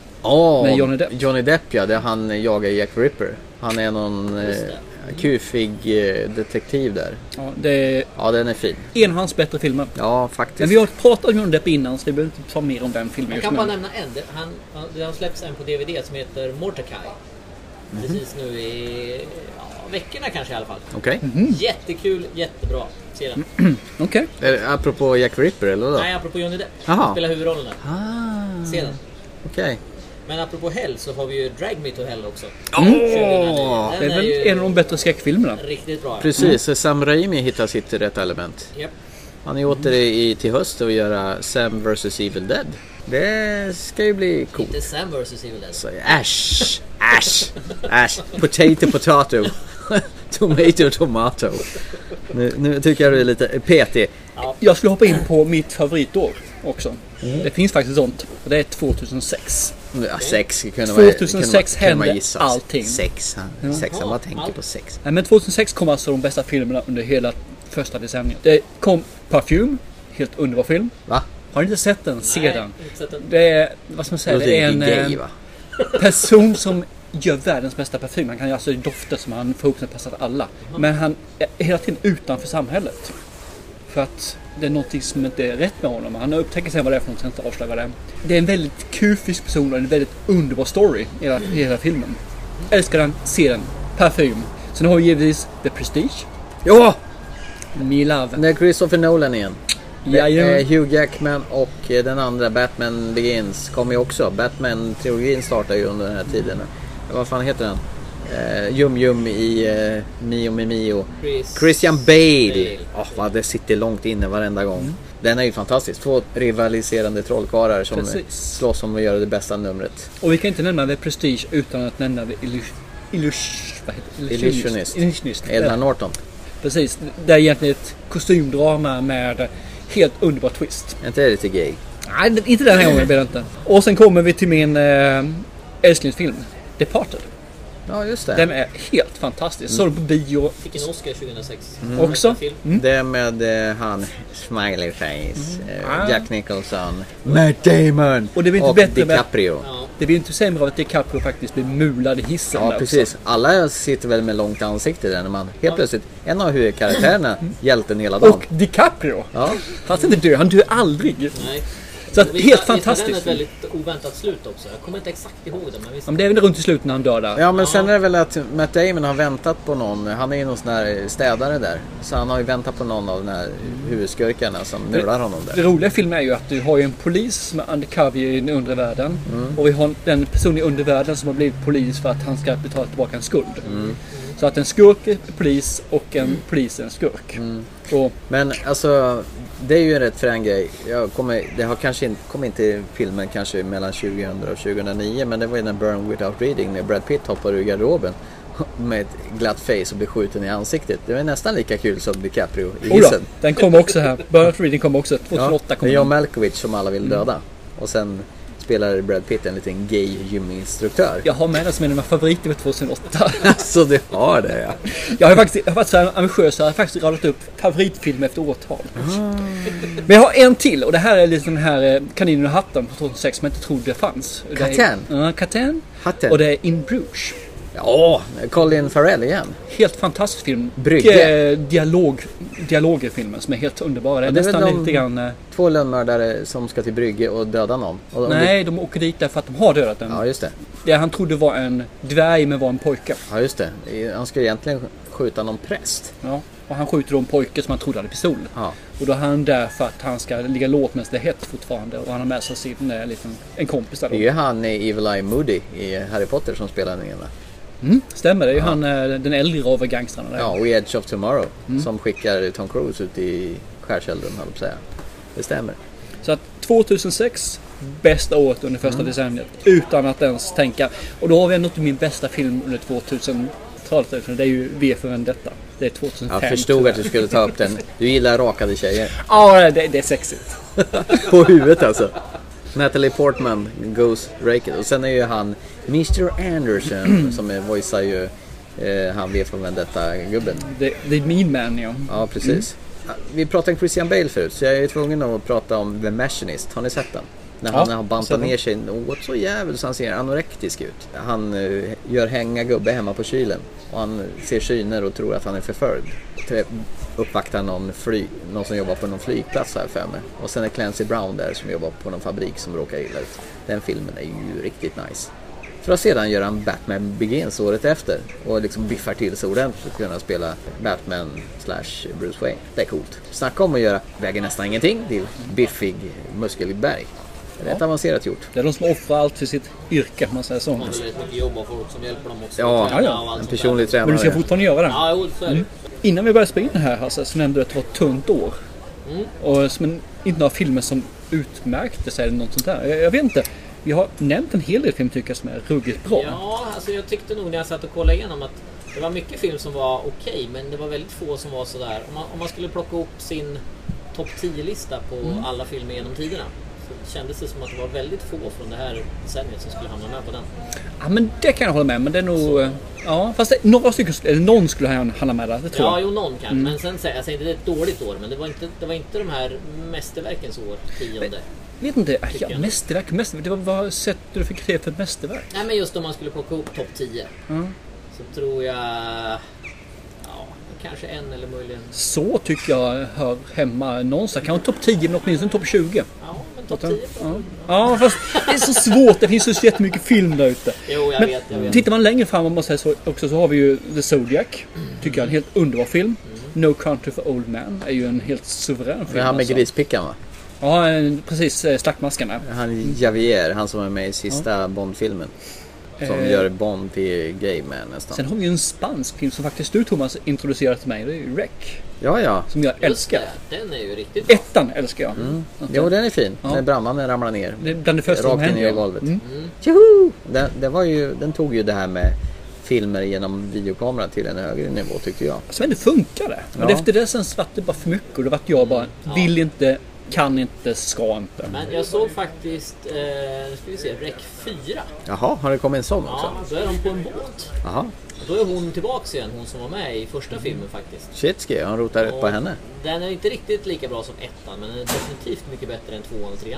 Åh, Med Johnny Depp. Johnny Depp, ja. Det är han jagar Jack Ripper. Han är någon eh, Just det. kufig eh, detektiv där. Ja, det är Ja, den är fin. en av hans bättre filmer. Ja, faktiskt. Men vi har pratat om Johnny Depp innan så vi behöver inte ta mer om den filmen Jag just kan bara nu. nämna en. Det- Han, han, det har släppts en på D V D som heter Mordecai. Precis nu i ja, veckorna kanske i alla fall. Okej. Jättekul, jättebra. Se den. Okej. Är det Apropå Jack Ripper, eller vadå? Nej, apropå Johnny Depp. Jaha. Han spelar huvudrollen där. Ah, Se den. okej. Men apropå Hell så har vi ju Drag Me to Hell också. Åh! tjugohundranio. Det är Den väl ju en av de bättre skräckfilmerna. riktigt bra. Precis, Sam Raimi hittar sitt rätta element. Japp. Han är åter i, till höst och göra Sam versus. Evil Dead. Det ska ju bli coolt. Inte Sam versus. Evil Dead. Så, äsch, äsch, äsch. Potato, potato. Tomato, tomato. Nu, nu tycker jag du är lite petig. Jag skulle hoppa in på mitt favoritår också. Det finns faktiskt sånt. Och det är tvåtusensex. Ja, sex kunde man, tvåtusensex kunde man, kunde man hände gissa. allting. Sex, han, sex, han bara tänker på sex. Nej, men tvåtusensex kom alltså de bästa filmerna under hela första decenniet. Det kom Parfum, helt underbar film. Va? Har ni inte sett den? Se Nej, den. inte sett den. Det är, vad ska man säga, Det det är låter en gay, eh, va? person som gör världens bästa parfym. Han kan göra alltså dofter som han får ihop som passar alla. Men han är hela tiden utanför samhället. För att det är någonting som inte är rätt med honom. Han upptäcker sen vad det är för något, så jag inte avslöjar det. Det är en väldigt kufisk person och en väldigt underbar story i hela, i hela filmen. Älskar den, se den. Parfym. Sen har vi givetvis The Prestige. Ja! Me Love. Det är Christopher Nolan igen. Jajamän. Eh, Hugh Jackman och eh, den andra Batman Begins kommer ju också. Batman-trilogin startar ju under den här tiden. Vad fan heter den? Eh, Jum Jum i eh, Mio Mio Mio. Chris- Christian Bale. Bale. Åh, vad det sitter långt inne varenda gång. Den är ju fantastisk. Två rivaliserande trollkarlar som Precis. eh, slåss om att göra det bästa numret. Och vi kan inte nämna The Prestige utan att nämna The Illus- Illus- vad heter det? Illusionist. Illusionist. Edward Norton. Precis. Det är egentligen ett kostymdrama med helt underbar twist. Är inte det lite gay? Nej, det- inte den här gången blir det inte. Och sen kommer vi till min äh, älsklingsfilm, Departed. Ja, just det. Den är helt fantastisk. Såg den på bio Fick en Oscar tjugohundrasex. också. Film. Det är med eh, han Smiley Face, eh, Ah. Jack Nicholson, Matt Damon Och det blir inte och bättre med- DiCaprio. Ja. Det blir inte sämre av att DiCaprio faktiskt blir mulad i hissen Ja, där precis. Alla sitter väl med långt ansikte där när man helt plötsligt, en av huvudkaraktärerna, hjälten hela också. dagen. Och DiCaprio. Ja, Han ska inte dö, han dör aldrig. Nej. Så att, Och visst- helt visst var den fantastiskt. ett väldigt oväntat slut också. Jag kommer inte exakt ihåg det, men visst. Ja, men det är väl runt i slutet när han dör där. ja men sen är det väl att Matt Damon har väntat på någon, han är ju någon sån här städare där. Så han har ju väntat på någon av de här huvudskurkarna som mular honom Det där. roliga i filmen är ju att du har ju en polis som är undercover i den undre världen. Och vi har den personen i undervärlden som har blivit polis för att han ska betala tillbaka en skuld. Så att en skurk är polis och en polis är en skurk. Och Men alltså, det är ju en rätt frän grej. Jag kommer, det har kanske inte, kom inte filmen kanske mellan tjugohundra och tjugohundranio, men det var ju den Burn Without Reading när Brad Pitt hoppar ur garderoben med ett glatt face och blir skjuten i ansiktet. Det var nästan lika kul som DiCaprio i Ola, hissen. den kom också här. Burnout Reading kom också. Ja, tjugohundraåtta det kom är John den. Malkovich som alla vill döda. Och sen spelar Brad Pitt en liten gay gyminstruktör. Jag har med den som en av mina favoriter med tjugohundraåtta. Så du har det, ja. Jag har faktiskt jag har varit så här ambitiös. Jag har faktiskt radat upp favoritfilm efter årtal. Men jag har en till. Och det här är liksom den här eh, Kaninen och hatten på tjugohundrasex som jag inte trodde det fanns. Det är- Katten? Ja, Katten. Hatten. Och det är In Bruges. Ja, Colin Farrell igen. Helt fantastisk film. Brygge. Och, dialog, dialoger i filmen som är helt underbara. Det är, Ja, det är nästan väl de- lite grann... eh, Två lönnmördare som ska till Brygge och döda någon. Och, Nej, de åker dit därför att de har dödat en. Ja, just det. Det han trodde var en dvärg men var en pojke. Ja, just det. Han ska egentligen skjuta någon präst. Ja. Och han skjuter då en pojke som han trodde hade pistol. Ja. Och då är han där för att han ska ligga lågt medan det är hett fortfarande. Och han har med sig sin eh, liten, en kompis där Det är då. ju han i Evil Eye Moody i Harry Potter som spelar den ena. Mm, stämmer, det är ju han eh, den äldre av gangstrarna där. Ja, och i Edge of Tomorrow som skickar Tom Cruise ut i skärselden, höll jag på att säga. Det stämmer. Så att tjugohundrasex, bästa året under första decenniet. Utan att ens tänka. Och då har vi ändå inte min bästa film under tvåtusentalet. Det är ju V för Vendetta. Det är tjugohundrafem. Jag förstod att du skulle ta upp den. Du gillar rakade tjejer. Ja, det, det är sexigt. På huvudet alltså. Natalie Portman goes raked. Och sen är ju han mister Anderson som är voicear ju eh, han V för Vendetta-gubben. Det, det är min man, ja. Ja, precis. Vi pratade om Christian Bale förut, så jag är tvungen att prata om The Machinist. Har ni sett den? När han Ja, har sett bantat den. ner sig något så jävligt så han ser anorektisk ut. Han uh, gör hänga gubbe hemma på kylen. Och han ser syner och tror att han är förföljd. Trä- Uppvaktar någon, flyg, någon som jobbar på någon flygplats här för mig. Och sen är Clancy Brown där som jobbar på någon fabrik som råkar illa ut. Den filmen är ju riktigt nice. För att sedan göra en Batman Begins året efter och liksom biffar till sig ordentligt och kunna spela Batman slash Bruce Wayne. Det är coolt. Snacka om att göra väger nästan ingenting till biffig muskelberg. Rätt Ja. avancerat gjort. Det är de som offrar allt för sitt yrke, om man säger så. Man har väldigt mycket jobb och folk som hjälper dem också. Ja, Träna ja, ja. och allt En sånt personlig där. Men du ska tränare. fortfarande göra det. Ja, jo, så är det. Innan vi började spela in här alltså, så nämnde du att det var ett tunt år. Mm. Och som en, inte några filmer som utmärkte sig eller något sånt där. Jag, jag vet inte. Vi har nämnt en hel del film tycker jag som är ruggigt bra. Ja, alltså jag tyckte nog när jag satt och kollade igenom att det var mycket film som var okej, men det var väldigt få som var sådär. Om man, om man skulle plocka upp sin topp tio-lista på Mm. alla filmer genom tiderna, så kändes det som att det var väldigt få från det här decenniet som skulle hamna med på den. Ja, men det kan jag hålla med. Men det är nog... eh, Ja, fast det, några stycken, eller någon skulle ha handla med där, det tror Ja, jag. jo, någon kan. Mm. Men sen säger jag säger inte det är ett dåligt år, men det var inte, det var inte de här mästerverkens år, tionde. Vet inte, ja, jag. mästerverk, mästerverk. Det var, vad sätter du för kriterier för ett mästerverk? Nej, men just om man skulle plocka upp topp tio, Mm. så tror jag... Ja, kanske en eller möjligen... Så tycker jag hör hemma någonstans. Kanske topp tio, men åtminstone topp tjugo. Ja, men topp tio. Ja. Ja, fast det är så svårt. Det finns så jättemycket film där ute. Jo, jag Men vet, jag vet. tittar man längre fram om man säger så, också, så har vi ju The Zodiac. Tycker jag är en helt underbar film. No Country for Old Men är ju en helt suverän film. Det är han med alltså. grispickan, va? Ja, en- precis. eh, Slaktmaskarna. Han Javier, han som är med i sista Bond-filmen. Som Eh. gör Bond till gay man nästan. Sen har vi ju en spansk film som faktiskt du Thomas introducerade till mig. Det är ju Rec. Ja, ja. Som jag Just älskar. det, den är ju riktigt bra. Ettan älskar jag. Jo, den är fin. Ja. När brandmannen ramlar ner. Det är bland det första som Rakt in händer. i ja. golvet. Mm. Tjoho! Den, det var ju, den tog ju det här med filmer genom videokamera till en högre nivå, tyckte jag. Så det funkade. Men Ja. efter det sen vart det bara för mycket. Och det vart jag bara vill inte, kan inte, ska inte. Men jag såg faktiskt, eh, nu ska vi se, Rec fyra. Jaha, har det kommit en sån också? Ja, då är de på en båt. Jaha. Och då är hon tillbaks igen, hon som var med i första filmen faktiskt. Shit, ska jag rota rätt på Och henne? Den är inte riktigt lika bra som ettan, men den är definitivt mycket bättre än tvåan och trean.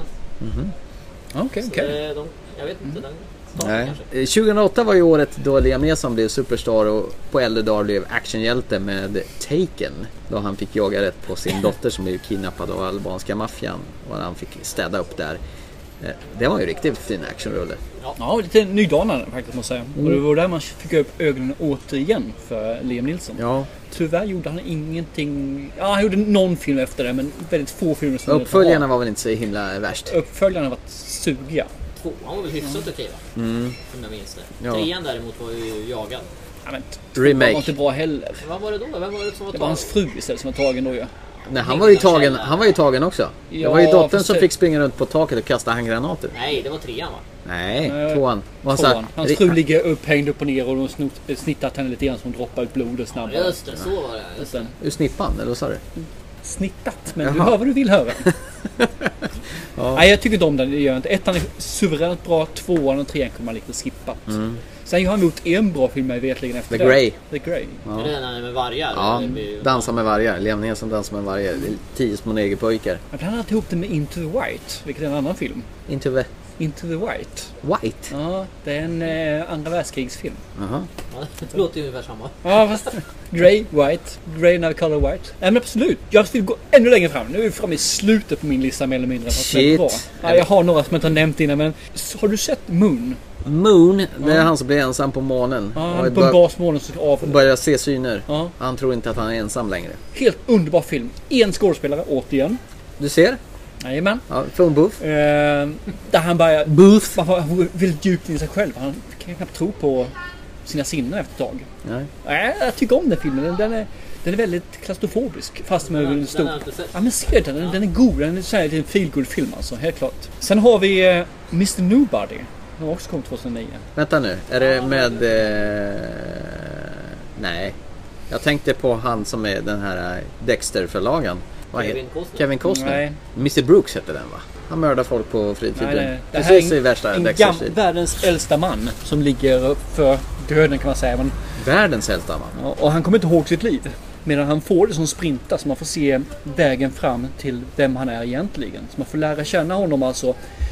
Okej, Så okej. eh, de, jag vet inte, den tar Nej. kanske. Eh, tjugohundraåtta var ju året då Liam Neeson blev superstar och på äldre dagar blev actionhjälte med Taken. Då han fick jaga rätt på sin dotter som blev kidnappad av albanska maffian. Och han fick städa upp där. Eh, Det var ju riktigt fin actionrulle. Ja, lite nydanande faktiskt måste jag säga. Och det var där man fick upp ögonen återigen för Liam Neeson. Ja, Tyvärr gjorde han ingenting... Ja, han gjorde någon film efter det, men väldigt få filmer som uppföljarna var väl inte så himla värst. Uppföljarna var sugiga. Tvåan var väl hyfsat okej va? Mm. Som jag minns det. Ja. Trean däremot var ju jagad. Ja, men Remake. Det var inte bra heller. Vad var det då? Vem var det som var Det var hans fru istället som var tagen då ju. Nej, han var ju tagen, han var ju tagen också. Det Ja, var ju dottern fast som det- fick springa runt på taket och kasta handgranater. Nej, det var trean va? Nej, Nej, tvåan. Och så- Tvåan. Hans fru ligger upphängd upp och ner och de snott- snittat henne lite grann så hon droppar ut blodet snabbare. Just det, så var det. Just det. Sen, Ur snippan, eller vad sa du? snittat, men du Jaha. hör vad du vill höra. Ja. Nej, jag tycker inte om den. Det gör jag inte. Ettan är suveränt bra, tvåan och trean kommer man lite skippat. Sen har han gjort en bra film jag vetligen efter The det. Grey. The Grey. Ja. Är det den här med vargar? Ja, Det blir ju- dansa med vargar. Liam Neeson dansar med vargar. Det är tio små negerpojkar. Jag blandade ihop det med Into the White, vilket är en annan film. Inte ve... Into the White. White? Ja, det är en eh, andra världskrigsfilm. Jaha. Ja, det låter ju ungefär samma. Ja, fast Grey, White. Grey now color white. Nej, men absolut. Jag vill gå ännu längre fram. Nu är vi framme i slutet på min lista mer eller mindre. Shit. Bra. Ja, jag har några som jag inte har nämnt innan, men har du sett Moon? Moon, det är Ja. han som blir ensam på månen. Ja, och han är på bör- en basmånen så av. börjar se syner. Ja. Han tror inte att han är ensam längre. Helt underbar film. En skådespelare, återigen. Du ser? Jajamän. Ja, phone booth. Eh, där han börjar... Booth. Man var han var väldigt djupt in i sig själv. Han kan knappt tro på sina sinnen efter ett tag. Nej. Nej, jag tycker om den filmen. Den är, den är väldigt klaustrofobisk. Fast med Den- väldigt stor. den har jag inte sett. Ja, men se den. Den, den är god. Den är så här, det är en feel-good film alltså. Helt klart. Sen har vi eh, mister Nobody. Den har också kommit tjugohundranio. Vänta nu, är det med... Eh... Nej. Jag tänkte på han som är den här Dexter-förlagan. Vad Kevin heter- Costner. Kevin Costner. Nej. mister Brooks heter den va? Han mördar folk på fritiden. Nej, nej. Det här Precis är i värsta en Dexter gam- stil. världens äldsta man som ligger för döden kan man säga. Men, Världens äldsta man. ja, och han kommer inte ihåg sitt liv. Medan han får det som sprinta så man får se vägen fram till vem han är egentligen. Så man får lära känna honom alltså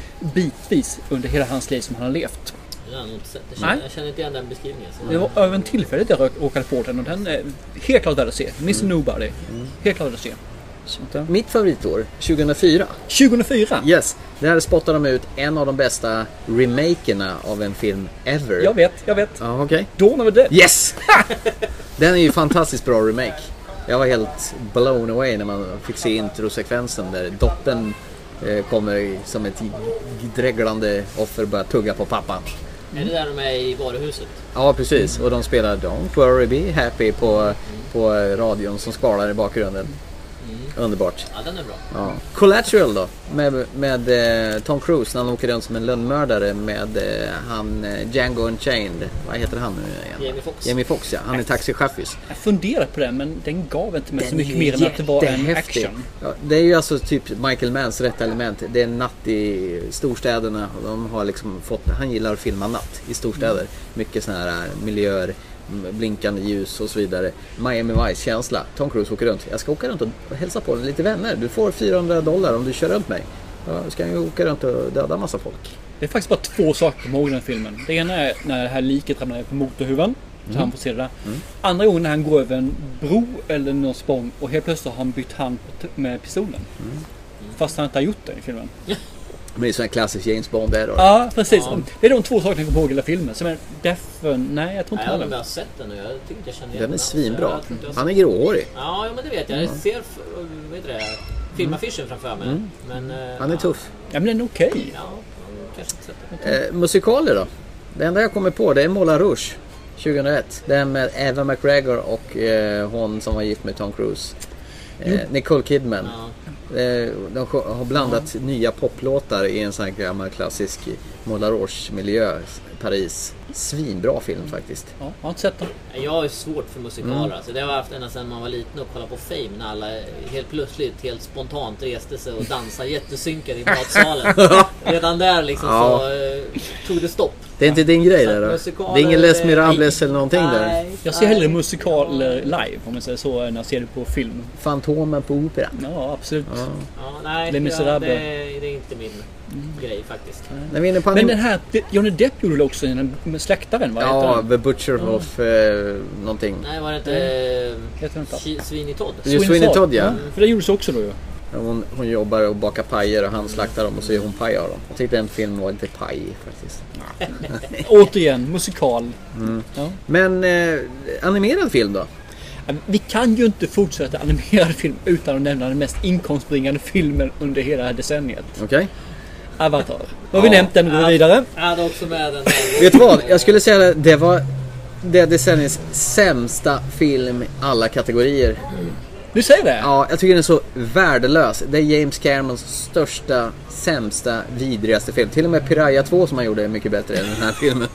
bitvis under hela hans liv som han har levt. Jag har nog inte sett. Jag känner, Nej. jag känner inte igen den beskrivningen. Så. Det var över en tillfället jag råkade på den och den är helt klart värd att se. mister Nobody. Helt klart värd att se. Sånt där. Mitt favoritår, tjugohundrafyra. tjugohundrafyra. Yes, där spottar de ut en av de bästa remakerna av en film ever. Jag vet, jag vet. Ja, okej. Dawn of the Dead. Yes! Den är ju fantastiskt bra remake. Jag var helt blown away när man fick se introsekvensen där dottern eh, kommer som ett dreglande offer och börjar tugga på pappan. Är det där de är i varuhuset? Ja, precis. Och de spelar Don't worry, be happy på, på radion som skalar i bakgrunden. Underbart. Ja, den är bra. Ja. Collateral då, med, med eh, Tom Cruise när han åker runt som en lönnmördare med eh, han eh, Django Unchained. Vad heter han nu igen? Jamie Foxx. Jamie Foxx, ja. Han är taxichaffis. Jag funderade på den men den gav inte mig så Den mycket är mer än att det var en jättehäftig. action. Ja, det är ju alltså typ Michael Manns rätt element. Det är natt i storstäderna och de har liksom fått, han gillar att filma natt i storstäder. Mycket såna här miljöer, blinkande ljus och så vidare. Miami Vice-känsla. Tom Cruise åker runt. Jag ska åka runt och hälsa på lite vänner. Du får fyrahundra dollar om du kör runt mig. Ja, ska jag ju åka runt och döda massa folk. Det är faktiskt bara två saker på ihåg i den filmen. Det ena är när det här liket ramlar ner på motorhuven. Så han får se det där. Mm. Andra gången när han går över en bro eller någon spång och helt plötsligt har han bytt hand på t- med pistolen. Mm. Fast han inte har gjort det i filmen. Men det är sån här klassisk James Bond där då. Ja, precis. Ja. Det är de två sakerna jag kommer ihåg i hela filmen. Som är Defen. Nej, jag tror Nej, inte jag har han nog är. bara sett den nu. Jag tycker inte jag känner igen Den är den. svinbra. Jag tror inte jag har Han är gråhårig. Ja, ja, men det vet jag. Jag ser f- vad heter det, filmaffischen framför mig. Men, eh, Han är ja, tuff. Ja, men den är okej. Ja, kanske inte sett den. Eh, musikaler då? Det enda jag kommer på det är Moulin Rouge tjugohundraett. Den med Eva McGregor och eh, hon som var gift med Tom Cruise. Eh, Nicole Kidman. Ja. Eh, de har blandat nya poplåtar i en sån här gammal klassisk Moulin Rouge-miljö, Paris. Svinbra film faktiskt. Ja, jag har inte sett den. Jag är svårt för musikaler. Mm. Alltså, det har jag haft ända sedan man var liten och kollade på Fame när alla helt plötsligt, helt spontant reste sig och dansade jättesynkade i matsalen. Redan där liksom Ja. så eh, tog det stopp. Det är inte din grej Så där då? musikaler, Det är ingen Les eh, Mirables eller någonting där? nej, Jag ser nej. hellre musikaler live om man säger så än jag ser det på film. Fantomen på opera. Ja, absolut. Ja. Ja, nej, Les ja, Misérables. det, det är inte min grej faktiskt. När vi är inne på Men anim- den här, Johnny Depp gjorde det också den med släktaren, vad heter Ja, den? The Butcher of eh, någonting. Nej, var det inte Heter den inte? Ki- Sweeney Todd? Det är Sweeney Todd, ja. För det gjordes också då ju. Hon, hon jobbar och bakar pajer och han slaktar dem och så är hon paj av dem. Jag tyckte den filmen var lite paj faktiskt. Återigen, musikal. Ja. Men eh, animerad film då? Vi kan ju inte fortsätta animerad film utan att nämna den mest inkomstbringande filmen under hela det här decenniet. Okej. Avatar. Då har vi Ja. nämnt den och går vidare. Jag hade också med den här. Vet du vad? Jag skulle säga det, det var det decenniets sämsta film i alla kategorier. Du säger det? Ja, jag tycker den är så värdelös. Det är James Camerons största, sämsta, vidrigaste film. Till och med Piraya två som han gjorde är mycket bättre än den här filmen.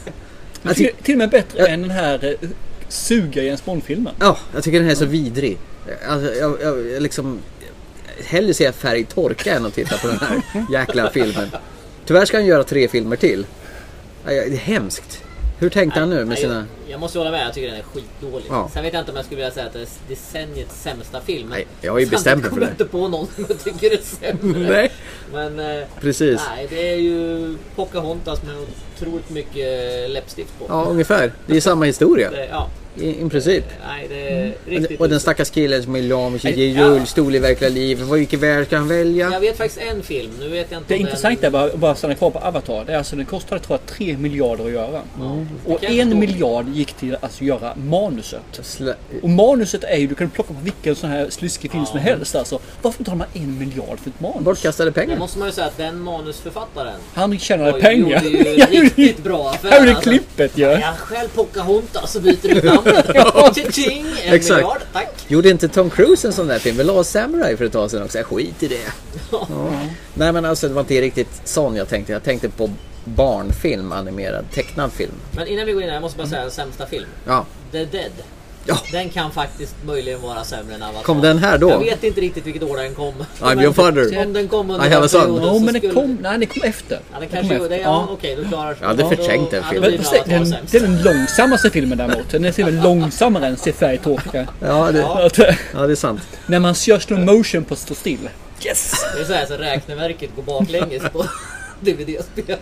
Jag till, ty- till och med bättre Ja. än den här eh, suga James Bond-filmen. Ja, jag tycker den här är så vidrig. Alltså, jag, jag, jag liksom hellre ser färg torka än att titta på den här jäkla filmen. Tyvärr ska han göra tre filmer till. Ja, det är hemskt. Hur tänkte han nu med nej, sina... jag, jag måste hålla med, jag tycker den är skitdålig. Ja. Sen vet jag inte om jag skulle vilja säga att det är decenniets sämsta film. Nej, jag har ju bestämt mig för det. Jag kommer inte på någon som jag tycker är sämre. Nej. Men eh, Precis. nej, det är ju Pocahontas med otroligt mycket läppstift på. Ja, ungefär. Det är samma historia. Det, ja. I, I princip. Nej, det är riktigt Och den uselt. stackars killen som är lam med sin Ja. rullstol i verkliga livet. Vad vilken värld ska han välja? Jag vet faktiskt en film, nu vet jag inte Det är om intressant den... är bara, bara stanna kvar på Avatar. Det är alltså, den kostade tror jag tre miljarder att göra. Mm. Och Det kan jag en förstå. miljard gick till att alltså, göra manuset. Slä... Och manuset är ju, du kan plocka på vilken sån här sliskig film som helst alltså. Varför tar man en miljard för ett manus? Bortkastade Det pengar. måste man ju säga att den manusförfattaren Han tjänade Oj, pengar. gjorde ju riktigt bra affär. Här är det alltså. klippet ju. Ja. Jag själv Pocahontas så byter ut namnet. Tjing, en Exakt. miljard, tack. Gjorde inte Tom Cruise en sån där film? Vi la Samurai för ett tag sedan också. Jag skit i det. Ja. Nej men alltså det var inte riktigt sån jag tänkte. Jag tänkte på barnfilm, animerad, tecknad film. Men innan vi går in här, jag måste bara säga en sämsta film. Ja. The Dead. Ja. Den kan faktiskt möjligen vara sämre än Avatar. Kom den här då? Jag vet inte riktigt vilket år den kom. I'm your father. Om den kom under I have a son. perioden Ja, så men det skulle- kom, nej, det kom efter. Ja, den Det kanske kom det, efter. ja, okej, du klarar Ja, det är förträngt den Då- filmen. Ja, då Men blir det den, Avatar sämst. det är den långsammaste filmen däremot. Den är till och med långsammare än Se färgtårka. Ja, det, Att, ja, det är sant. när man kör slow motion på stå still. Yes! Det är så här så räkneverket går baklänges på D V D-spelaren.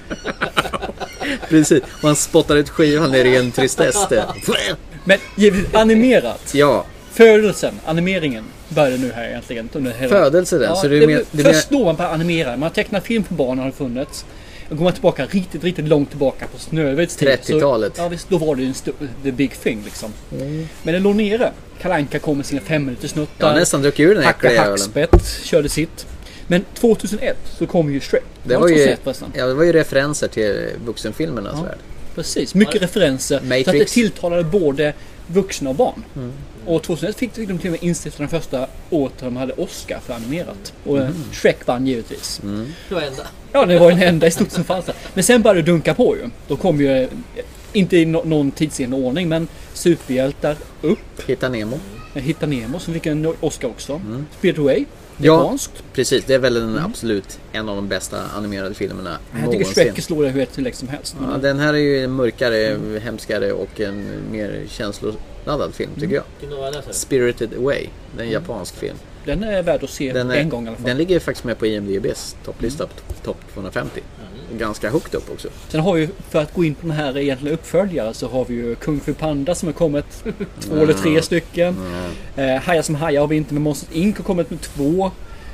Precis. Man spottar ut skivan ner i en tristess. det. Men givetvis animerat. Ja, Födelsen, animeringen började nu här egentligen. Under hela... födelse den. Ja, så du det, men, du först då man började animera. Man har tecknat film på barn har det funnits. Då går man tillbaka riktigt, riktigt långt tillbaka på Snövits tid. trettiotalet. Så, ja visst, då var det ju en sto- the big thing liksom. Mm. Men den låg nere. Kalle Anka kom med sina fem minuters snuttar. Jag har nästan druckit ur den Hacka äckliga ölen. hackspett, körde sitt. Men tjugohundraett så kom ju Shrek. Det var ju, tjugohundraett förresten. ja, det var ju referenser till vuxenfilmernas Ja. värld. Precis, mycket referenser. Matrix. Så att det tilltalade både vuxna och barn. Mm. Och tjugohundraett fick de till och med instifta den första året de hade Oscar för animerat. Och Mm. eh, Shrek vann givetvis. Det var enda. Ja, det var den enda i stort som fanns där. Men sen började det dunka på ju. Då kom ju, eh, inte i no- någon tidsenlig ordning, men superhjältar upp. Hitta Nemo. Hitta Nemo som fick en Oscar också. Mm. Spirited Away, Ja. japanskt. Precis, det är väl den absolut en av de bästa animerade filmerna Jag tycker någonsin. Shrek slår det hur ett tillägg som helst. Ja, den här är ju en mörkare, hemskare och en mer känsloladdad film tycker jag. Vilken var det så? Spirited Away, det är en japansk film. Den är värd att se Den, är, en gång i alla fall. den ligger faktiskt med på I M D B:s topplista, på topp tvåhundrafemtio. Ganska högt upp också. Sen har vi, för att gå in på den här egentligen uppföljare, så har vi ju Kung Fu Panda som har kommit två eller tre stycken. Eh, Hajar som hajar har vi inte, men Monsters Incorporated har kommit med två.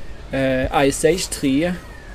Eh, Ice Age tre.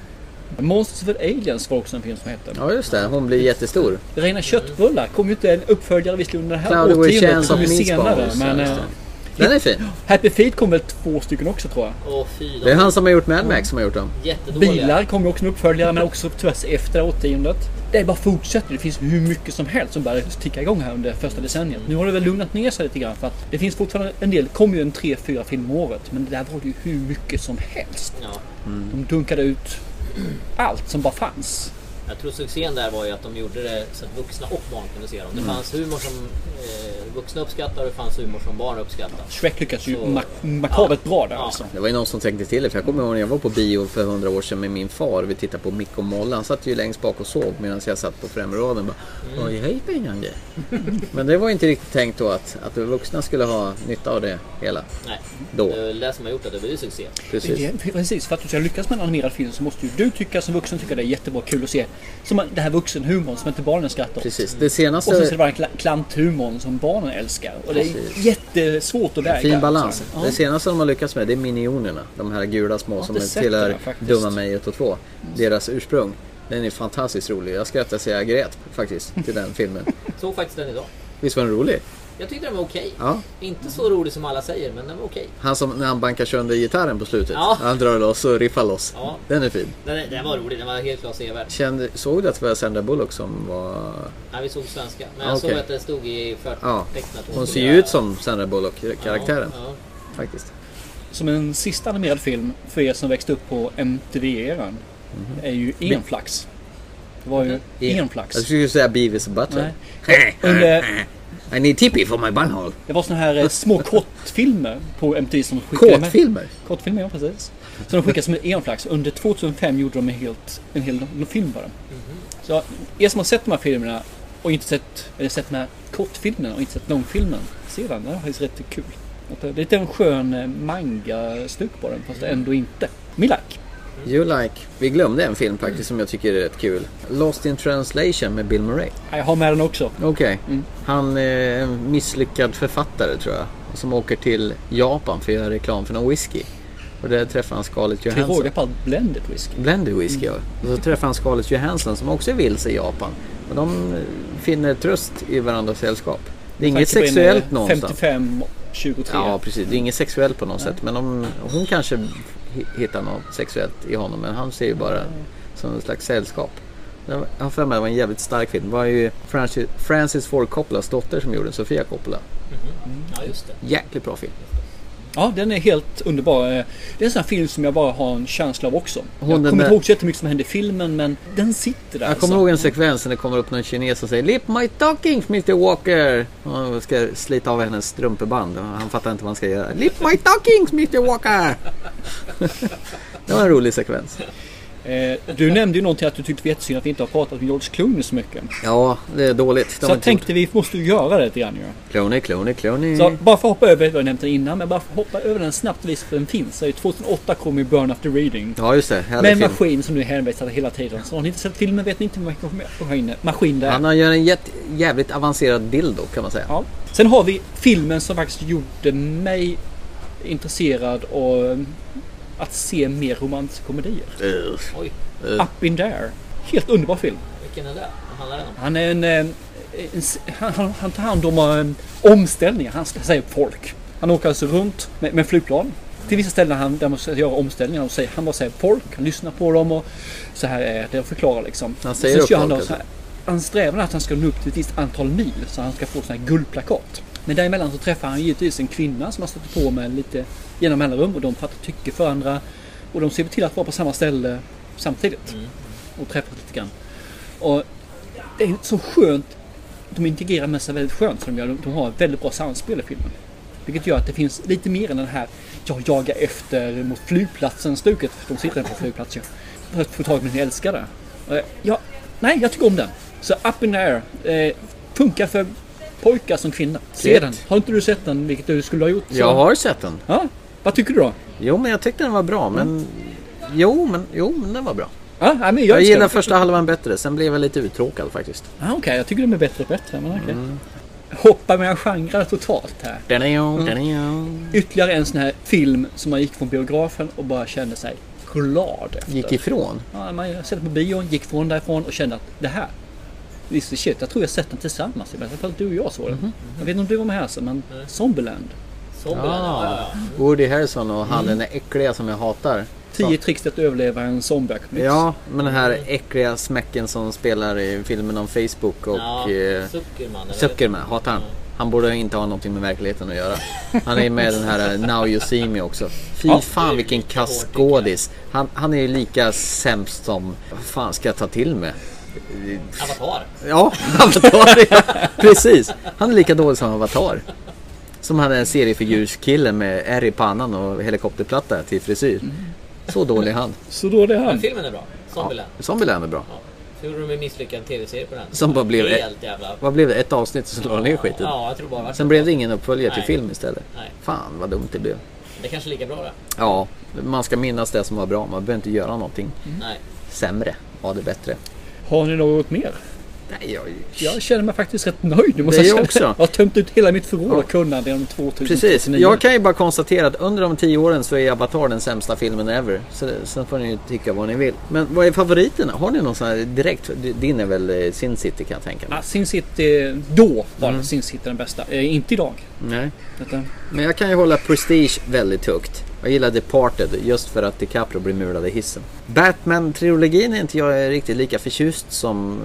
Monsters of Aliens var också en film som heter. Ja just det, hon blir jättestor. Rena köttbullar kom ju inte en uppföljare visserligen under det här Cloudy with årtiondet, Chance kom of ju senare. Meatballs. Men Ja, eh, just det. Den är fin. Happy Feet kom väl två stycken också tror jag. Åh fy, Det är han som har gjort Mad Max som har gjort dem. jättedåliga. Bilar kom ju också en uppföljare, men också tvärs efter årtiondet. Det är bara fortsätter. Det finns hur mycket som helst som bara ticka igång här under första decenniet. Nu har det väl lugnat ner sig lite grann, för att det finns fortfarande en del, kommer ju en tre, fyra film om året, men det där var det ju hur mycket som helst. Ja. De dunkade ut allt som bara fanns. Jag tror succén där var ju att de gjorde det så att vuxna och barn kunde se dem. Det fanns humor som eh, vuxna uppskattar och det fanns humor som barn uppskattar. Shrek lyckas ju Så- mak- makabert bra där Ja. alltså. Det var ju någon som tänkte till det, för jag kommer ihåg när jag var på bio för hundra år sedan med min far. Vi tittade på Mick och Molle. Han satt ju längst bak och sov medan jag satt på främre raden. Bara, oj, hej spännande. Men det var inte riktigt tänkt då att, att vuxna skulle ha nytta av det hela. Nej, Då. det är det som har gjort att det blir succé. Precis. Det är- Precis, för att du ska lyckas med en animerad film så måste ju du tycka som vuxen tycka det är jättebra kul att se. Som det här vuxenhumorn som inte barnen skrattar åt. Precis. Det Och sen ska senaste... det vara en kla- klanthumorn som barnen älskar. Och det är Precis. jättesvårt att väga. Fin balans. alltså. Ja. Det senaste de har lyckats med, det är Minionerna. De här gula små Jag har som inte sett tillhör det, faktiskt. Dumma mig ett och två. Deras ursprung. Den är fantastiskt rolig. Jag skrattade så jag grät faktiskt till den filmen. Såg faktiskt den idag. Visst var den rolig? Jag tyckte den var okej. Ja. Inte så rolig som alla säger, men den var okej. Han som när han bankar sönder gitarren på slutet. Ja. Han drar loss och riffar loss. Ja. Den är fin. Den, den var rolig, den var helt klart sevärd. Kände, såg du att det var Sandra Bullock som var... Nej, vi såg svenska. Men jag Okej. såg att det stod i förtecknat. Ja. Hon ser ju ut som Sandra Bullock-karaktären. Ja, ja. Faktiskt. Som en sista animerad film för er som växte upp på M T V-eran är ju Enflax. Det var ju Enflax. Jag skulle säga Beavis och Butthead. Nej. Under, I need tippy for my bunhole. det var såna här eh, små kortfilmer på M T V som skickade med. Kortfilmer? Kortfilmer, ja precis. Så de skickade som en Enflax. Under tjugohundrafem gjorde de en, helt, en hel film bara. Så er som har sett de här filmerna och inte sett, eller sett med kortfilmen och inte sett långfilmen sedan. Det är faktiskt rätt kul. Det är lite en skön manga-stuk på den, fast ändå inte. Milak. You Like. Vi glömde en film faktiskt som jag tycker är rätt kul. Lost in Translation med Bill Murray. Jag har med den också. Okej. Okay. Mm. Han är en misslyckad författare tror jag. Som åker till Japan för att göra reklam för någon whisky. Och där träffar han Scarlett Johansson. Till råga på blended whisky. Blended whisky, mm. ja. Och så träffar han Scarlett Johansson som också är vilse i Japan. Och de finner tröst i varandras sällskap. Det är inget sexuellt någonstans. femtiofem tjugotre. Ja, precis. Det är inget sexuellt på något Nej. sätt. Men de, hon kanske hittar något sexuellt i honom. Men han ser ju bara som en slags sällskap. Jag har för mig det var en jävligt stark film. Det var ju Francis, Francis Ford Coppolas dotter som gjorde Sofia Coppola. Mm-hmm. Mm. Ja, just det. Jäkligt bra film. Ja, den är helt underbar. Det är en sån här film som jag bara har en känsla av också. Hon jag kommer inte där... ihåg så jättemycket som hände i filmen, men den sitter där. Jag kommer alltså. ihåg en sekvens när det kommer upp någon kines och säger Lip my stockings, mister Walker. Och han ska slita av hennes strumpeband. Han fattar inte vad han ska göra. Lip my stockings, mister Walker. Det var en rolig sekvens. Eh, du nämnde ju någonting att du tyckte det var jättesynd att vi inte har pratat med George Clooney så mycket. Ja, det är dåligt. Så jag tänkte gjort. Vi måste ju göra det lite grann. Ja. Clooney, Clooney, Clooney. Så bara för att hoppa över, jag nämnde det innan, men bara för att hoppa över den snabbt vis för den finns. Så tjugohundraåtta kom ju Burn After Reading. Ja, just det. Med en maskin som nu är hänvisad hela tiden. Så har ni inte sett filmen vet ni inte vad maskin, maskin det är. Han har gör en jät, jävligt avancerad dildo kan man säga. Ja. Sen har vi filmen som faktiskt gjorde mig intresserad och att se mer romantiska komedier. Uh. Oj. Uh. Up in there. Helt underbar film. Vilken är det? Vad handlar det om? Han är en, en, en han, han tar hand om um, omställningar. Han ska säga upp folk. Han åker alltså runt med, med flygplan. Till vissa ställen han, där måste göra omställningar och säger, han bara säger folk. Han lyssnar på dem och så här är det och förklarar liksom. Han säger upp han, folk, då, så här, han strävar att han ska nå upp till ett visst antal mil så han ska få sån här guldplakat. Men däremellan så träffar han givetvis en kvinna som har stått på med lite genom mellanrum och de fattar tycke för andra och de ser till att vara på samma ställe samtidigt mm. och träffas lite grann. Och det är så skönt, de integrerar med sig väldigt skönt som de gör, de har ett väldigt bra samspel i filmen. Vilket gör att det finns lite mer än den här jag jagar efter mot flygplatsen stuket, de sitter på flygplatsen för att få tag på min älskade. Ja, nej, jag tycker om den. Så Up in the Air eh, funkar för pojkar som kvinna. Se den. Har inte du sett den, vilket du skulle ha gjort? Så. Jag har sett den. Ja, vad tycker du då? Jo, men jag tyckte den var bra, men mm. jo, men jo, men den var bra. Ja, men jag jag gillar första halvan bättre, sen blev jag lite uttråkad faktiskt. Ja, okej, okay. Jag tycker den är bättre och bättre, men okej. Okay. Mm. Hoppa med genrer totalt här. Den är ju, mm. den är ju. Ytterligare en sån här film som man gick från biografen och bara kände sig glad efter. Gick ifrån? Ja, man sett på bion, gick från därifrån och kände att det här visst är shit, jag tror jag sett den tillsammans i alla fall du och jag såg den. Mm-hmm. Jag vet inte om du var med här så, men mm. Zombieland. Zombieland, ah, ja, ja. Woody Harrelson och han mm. den äckliga som jag hatar. Tio tricks att överleva en zombie. Ja, men den här äckliga smäcken som spelar i filmen om Facebook och ja, eh, Zuckerman. Zuckerman, hatar han. Han borde inte ha någonting med verkligheten att göra. Han är med den här Now You See Me också. Fy ja, fan vilken kaskådis. Han, han är ju lika sämst som vad fan ska jag ta till med? Avatar. Ja, Avatar. Ja. Precis. Han är lika dålig som Avatar. Som hade en seriefigurskille med ärr i pannan och helikopterplatta till frisyr. Så dålig han. Så dålig han. Men filmen är bra. Zombieland. Ja, Zombieland är bra. Ja. Så gjorde de en misslyckad tv-serie på den. Som bara blev helt jävla... Vad blev det? Ett avsnitt som slår ner skiten? Ja, jag tror bara. Sen blev det ingen uppföljare till film istället. Nej. Fan vad dumt det blev. Det är kanske lika bra det. Ja, man ska minnas det som var bra. Man behöver inte göra någonting mm. Nej. sämre. Ja, det är bättre. Har ni något mer? Nej, jag... jag känner mig faktiskt rätt nöjd. Måste det jag också. Jag har tömt ut hela mitt förråd ja. och kunnande genom tvåtusen. Precis. Jag kan ju bara konstatera att under de tio åren så är Avatar den sämsta filmen ever. Så sen får ni ju tycka vad ni vill. Men vad är favoriterna? Har ni någon sån här direkt? Din är väl Sin City kan jag tänka mig. Ja, Sin City då var mm. Sin City den bästa. Eh, inte idag. Nej. Detta. Men jag kan ju hålla Prestige väldigt högt. Jag gillar Departed just för att DiCaprio blir murad i hissen. Batman-trilogin är inte jag riktigt lika förtjust som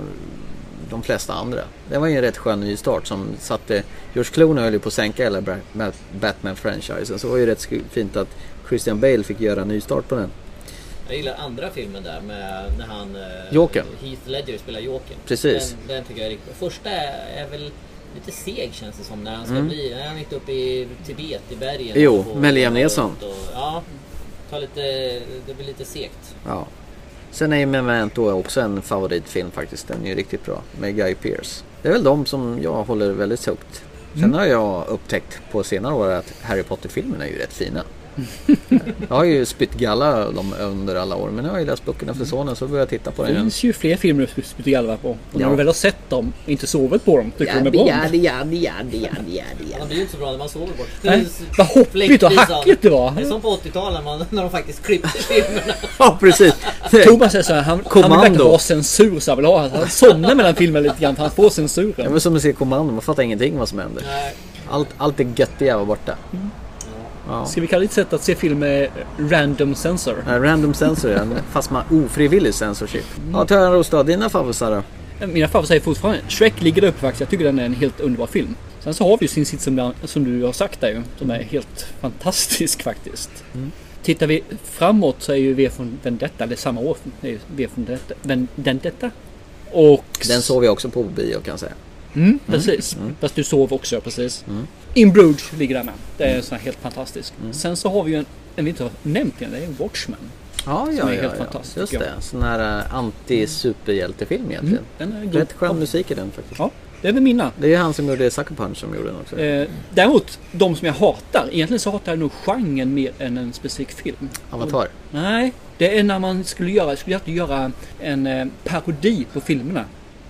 de flesta andra. Det var ju en rätt skön ny start som satte George Clooney höll ju på att sänka hela Batman-franchisen. Så det var ju rätt fint att Christian Bale fick göra en ny start på den. Jag gillar andra filmen där med när han Jokern. Heath Ledger spelar Jokern. Precis. Den, den tycker jag är riktigt. Första är, är väl lite seg känns det som när han ska mm. bli när han är uppe i Tibet i bergen. Jo, med Liam Neeson. Ja, ta lite, det blir lite segt. Ja. Sen är ju Memento också en favoritfilm faktiskt. Den är ju riktigt bra med Guy Pearce. Det är väl de som jag håller väldigt högt. Sen mm. har jag upptäckt på senare år att Harry Potter-filmerna är ju rätt fina. Jag har ju spytt galla dem under alla år, men jag har ju läst böckerna för sonen så börjar jag titta på den. Det finns ju fler filmer att spytt galla på. Och när ja. du väl har sett dem och inte sovit på dem, tycker ja, de är bra. Ja, det, ja, det, ja, det, ja, det, ja, det, ja. Det blir ju inte så bra när man sover bort. Nej, vad hoppigt och hackigt det var. Det är som på åttiotalet man, när de faktiskt klippte filmerna. Ja, precis. Thomas är så här, han, han vill verkligen ha censur så han vill ha. Han somnar mellan filmer lite grann för han får censuren. Ja, men som att se Kommando, man fattar ingenting vad som händer. Nej. Allt, allt det göttiga var borta. Mm. Ja. Ska vi kalla det ett sätt att se film med random censor? Ja, random censor, ja. Fast man ofrivillig censorship. Mm. Ja, Töran Rostad, dina favorisar då? Mina favorisar är fortfarande Shrek ligger upp faktiskt. Jag tycker den är en helt underbar film. Sen så har vi ju Sin sitt som, som du har sagt där ju. Som är helt fantastisk faktiskt. Mm. Tittar vi framåt så är ju V för Vendetta, eller samma år, det är ju V för Vendetta. Och den såg vi också på bio kan jag säga. Mm, precis. Mm. Fast du sov också, precis. Mm. In Bruges ligger där med. Det är mm. så helt fantastiskt. Mm. Sen så har vi ju en, en vi inte har nämnt igen, det är Watchmen. Ja, ja, som är ja, helt ja. fantastisk. Just det, sån här uh, anti-superhjältefilm egentligen. Mm. Den är rätt skön musik i den faktiskt. Ja, det är väl mina. Det är han som gjorde Sucker Punch som gjorde den också. Eh, däremot, de som jag hatar, egentligen så hatar jag nog genren mer än en specifik film. Avatar? Och, nej, det är när man skulle göra, skulle alltid göra en eh, parodi på filmerna.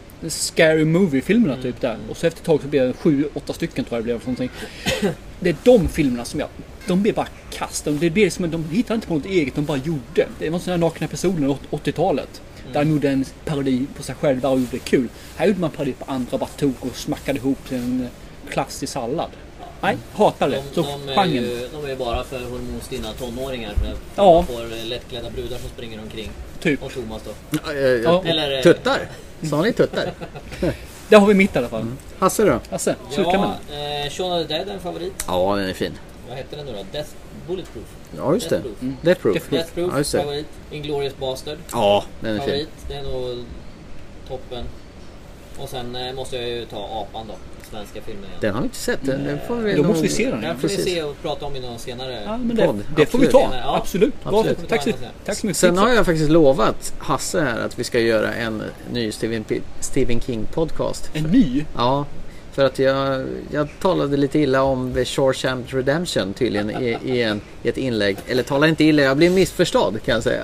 Scary movie-filmerna mm. typ där. Och så efter ett tag så blev det sju, åtta stycken tror jag det blev. Någonting. Det är de filmerna som jag... De blir bara kast. Det blir som att de hittar inte på något eget, de bara gjorde. Det var sådana nakna personer åttiotalet. Mm. Där de gjorde en parodi på sig själva och gjorde det kul. Här gjorde man parodi på andra, bara tog och smackade ihop till en klassisk sallad. Nej, hatar det. De, de, är ju, de är ju bara för hormonstinna tonåringar. För ja. Man får lättklädda brudar som springer omkring. Typ. Och Thomas då. Ja, ja. Eller, tuttar. Sa ni tuttar? Där har vi mitt i alla fall. Mm. Hasse då? Hasse, ja, eh, Shaun of the Dead är en favorit. Ja, den är fin. Vad heter den nu då? Death Bulletproof. Ja, just Death det. Proof. Mm. Death Proof. Death, Death Proof, ja, favorit. Inglourious Bastard. Ja, den är favorit. fin. Det är nog toppen. Och sen eh, måste jag ju ta Apan då. Svenska filmen igen. Den har vi inte sett. Den, den får vi då måste vi se den. Den får vi se och prata om i någon senare ja, men det, det får vi ta. Ja, absolut. absolut. Bra. Tack, så, tack så mycket. Sen har jag faktiskt lovat Hasse här att vi ska göra en ny Stephen, Stephen King podcast. En ny? Ja. För att jag, jag talade lite illa om The Shawshank Redemption tydligen i, i, en, i ett inlägg. Eller talade inte illa, jag blev missförstådd kan jag säga.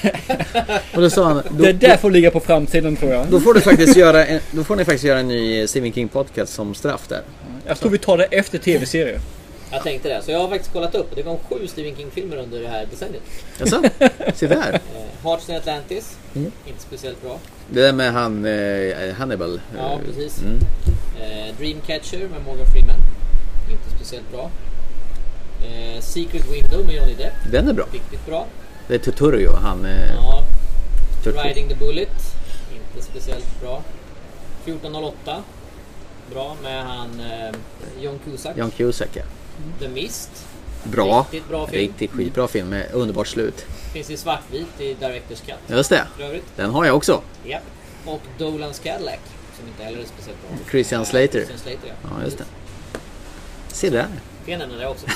Och då sa han, då, det där får ligga på framtiden tror jag. Då får, du faktiskt göra en, då får ni faktiskt göra en ny Stephen King podcast som straff där. Jag tror vi tar det efter tv-serier. Jag tänkte det, så jag har faktiskt kollat upp. Det kom sju Stephen King-filmer under det här decenniet. Jaså? Se där. eh, Hearts in Atlantis, mm. inte speciellt bra. Det där med han, eh, Hannibal. Ja, precis. Mm. Eh, Dreamcatcher med Morgan Freeman, inte speciellt bra. Eh, Secret Window med Johnny Depp. Den är bra. Riktigt bra. Det är Tuturio, han... Eh, ja. Riding the Bullet, inte speciellt bra. fjorton noll åtta. Bra med han eh, John Cusack. John Cusack, ja. The Mist. Bra. Riktigt bra film. Riktigt skitbra film med underbart slut. Finns i svartvit i Director's Cut. Just det. Den har jag också. Ja. Och Dolan's Cadillac som inte heller är speciellt bra. Christian Slater. Christian Slater, ja. Ja, just det. Se där. Fenen är det också.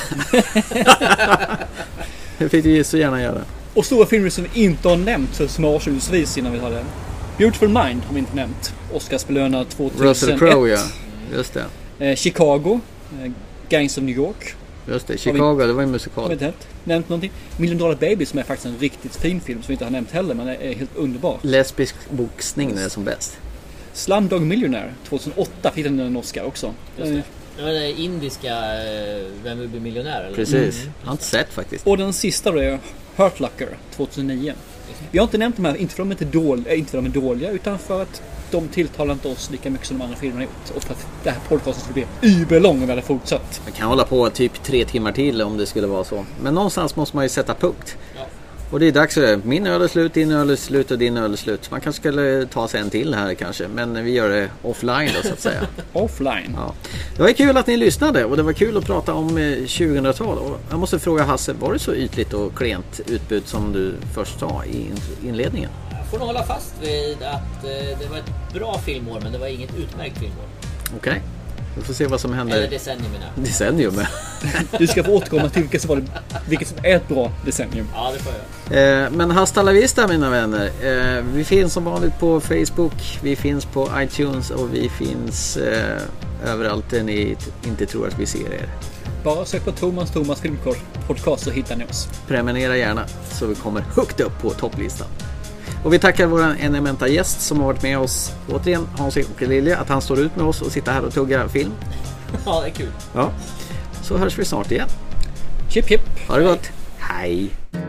Det fick du så gärna göra. Och stora filmer som vi inte har nämnt så som avslutningsvis innan vi tar det. Beautiful Mind har vi inte nämnt. Oscarsbelönad tvåtusenett. Russell Crowe, ja. Just det. Eh, Chicago. Eh, Gangs of New York. Just det. Chicago, vi, det var en musikal. Har vi inte nämnt någonting? Million Dollar Baby som är faktiskt en riktigt fin film som vi inte har nämnt heller, men är helt underbar. Lesbisk boxning är som bäst. Slumdog Millionaire tjugohundraåtta fick den en Oscar också. Just det. Det var det indiska Vem vill bli miljonär? Eller? Precis. Mm. Jag har inte sett faktiskt. Och den sista då är Hurt Locker tjugohundranio. Vi har inte nämnt de här, inte för att de är, dåliga, inte för att de är dåliga, utan för att de tilltalar inte oss lika mycket som de andra filmerna gjort. Och för att det här podcasten skulle bli überlång om vi hade fortsatt. Man kan hålla på typ tre timmar till om det skulle vara så. Men någonstans måste man ju sätta punkt. Ja. Och det är dags för det. Min öl är slut, din öl är slut och din öl är slut. Man kanske skulle ta sig en till här kanske. Men vi gör det offline då så att säga. Offline? Ja. Det var kul att ni lyssnade och det var kul att prata om tjugohundratal. Och jag måste fråga Hasse, var det så ytligt och klent utbud som du först sa i inledningen? Jag får nog hålla fast vid att det var ett bra filmår men det var inget utmärkt filmår. Okej. Okay. Vi får se vad som händer. Eller decennium menar jag. Decennium. Du ska få återkomma till vilket som, var det, vilket som är ett bra decennium. Ja, det får jag. Eh, men hasta la vista mina vänner. Eh, vi finns som vanligt på Facebook, vi finns på iTunes och vi finns eh, överallt där ni inte tror att vi ser er. Bara sök på Thomas Thomas Filmpodcast så hittar ni oss. Prenumerera gärna så vi kommer högt upp på topplistan. Och vi tackar vår eminenta gäst som har varit med oss återigen, Hans och Lilja, att han står ut med oss och sitter här och tuggar film. Ja, det är kul. Ja. Så hörs vi snart igen. Chip chip. Ha det gott. Hej.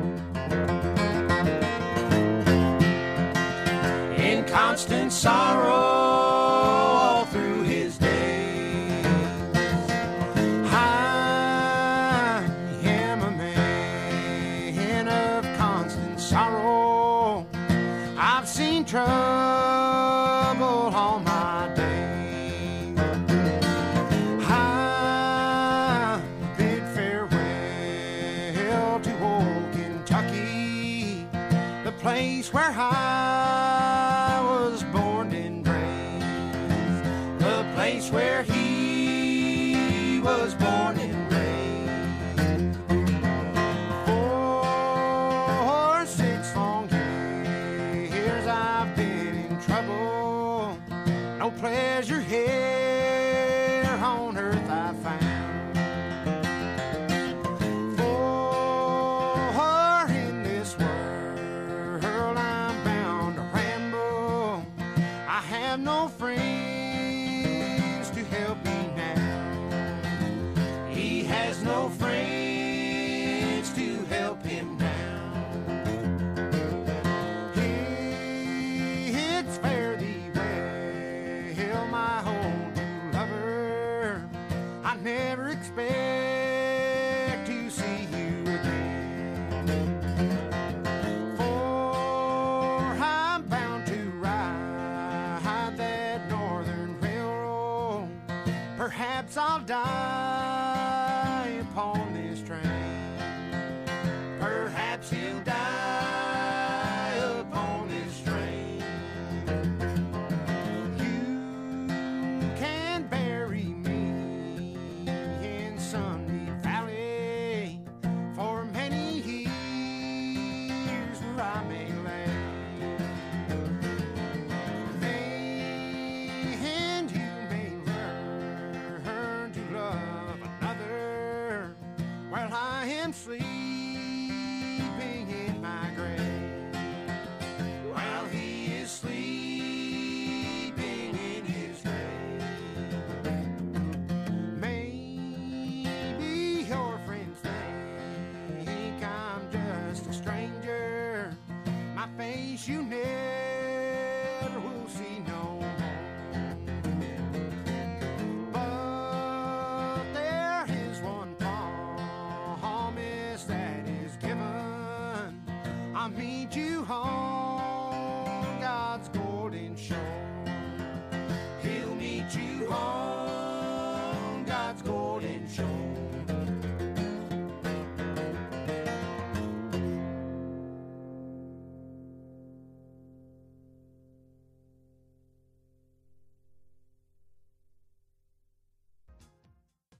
In constant sorrow all through his days, I am a man of constant sorrow. I've seen trouble all my days. I bid farewell to old Kentucky, the place where I was born and raised, the place where he was born and raised. For six long years I've been in trouble, no pleasure here on earth I found. For in this world I'm bound to ramble, I have no friends to help me now. He has no friends to help him now. It's fare thee well, my old new lover. I never expect to see you again, for I'm bound to ride that northern railroad. Perhaps I'll die upon this train. Perhaps he'll die upon this train. You can bury me in Sunny Valley for many years where I may lay. And you may learn to love another while I am sleeping in my grave, while he is sleeping in his grave. Maybe your friends think I'm just a stranger, my face you never will see no more. But there is one promise that is given, I'll meet you home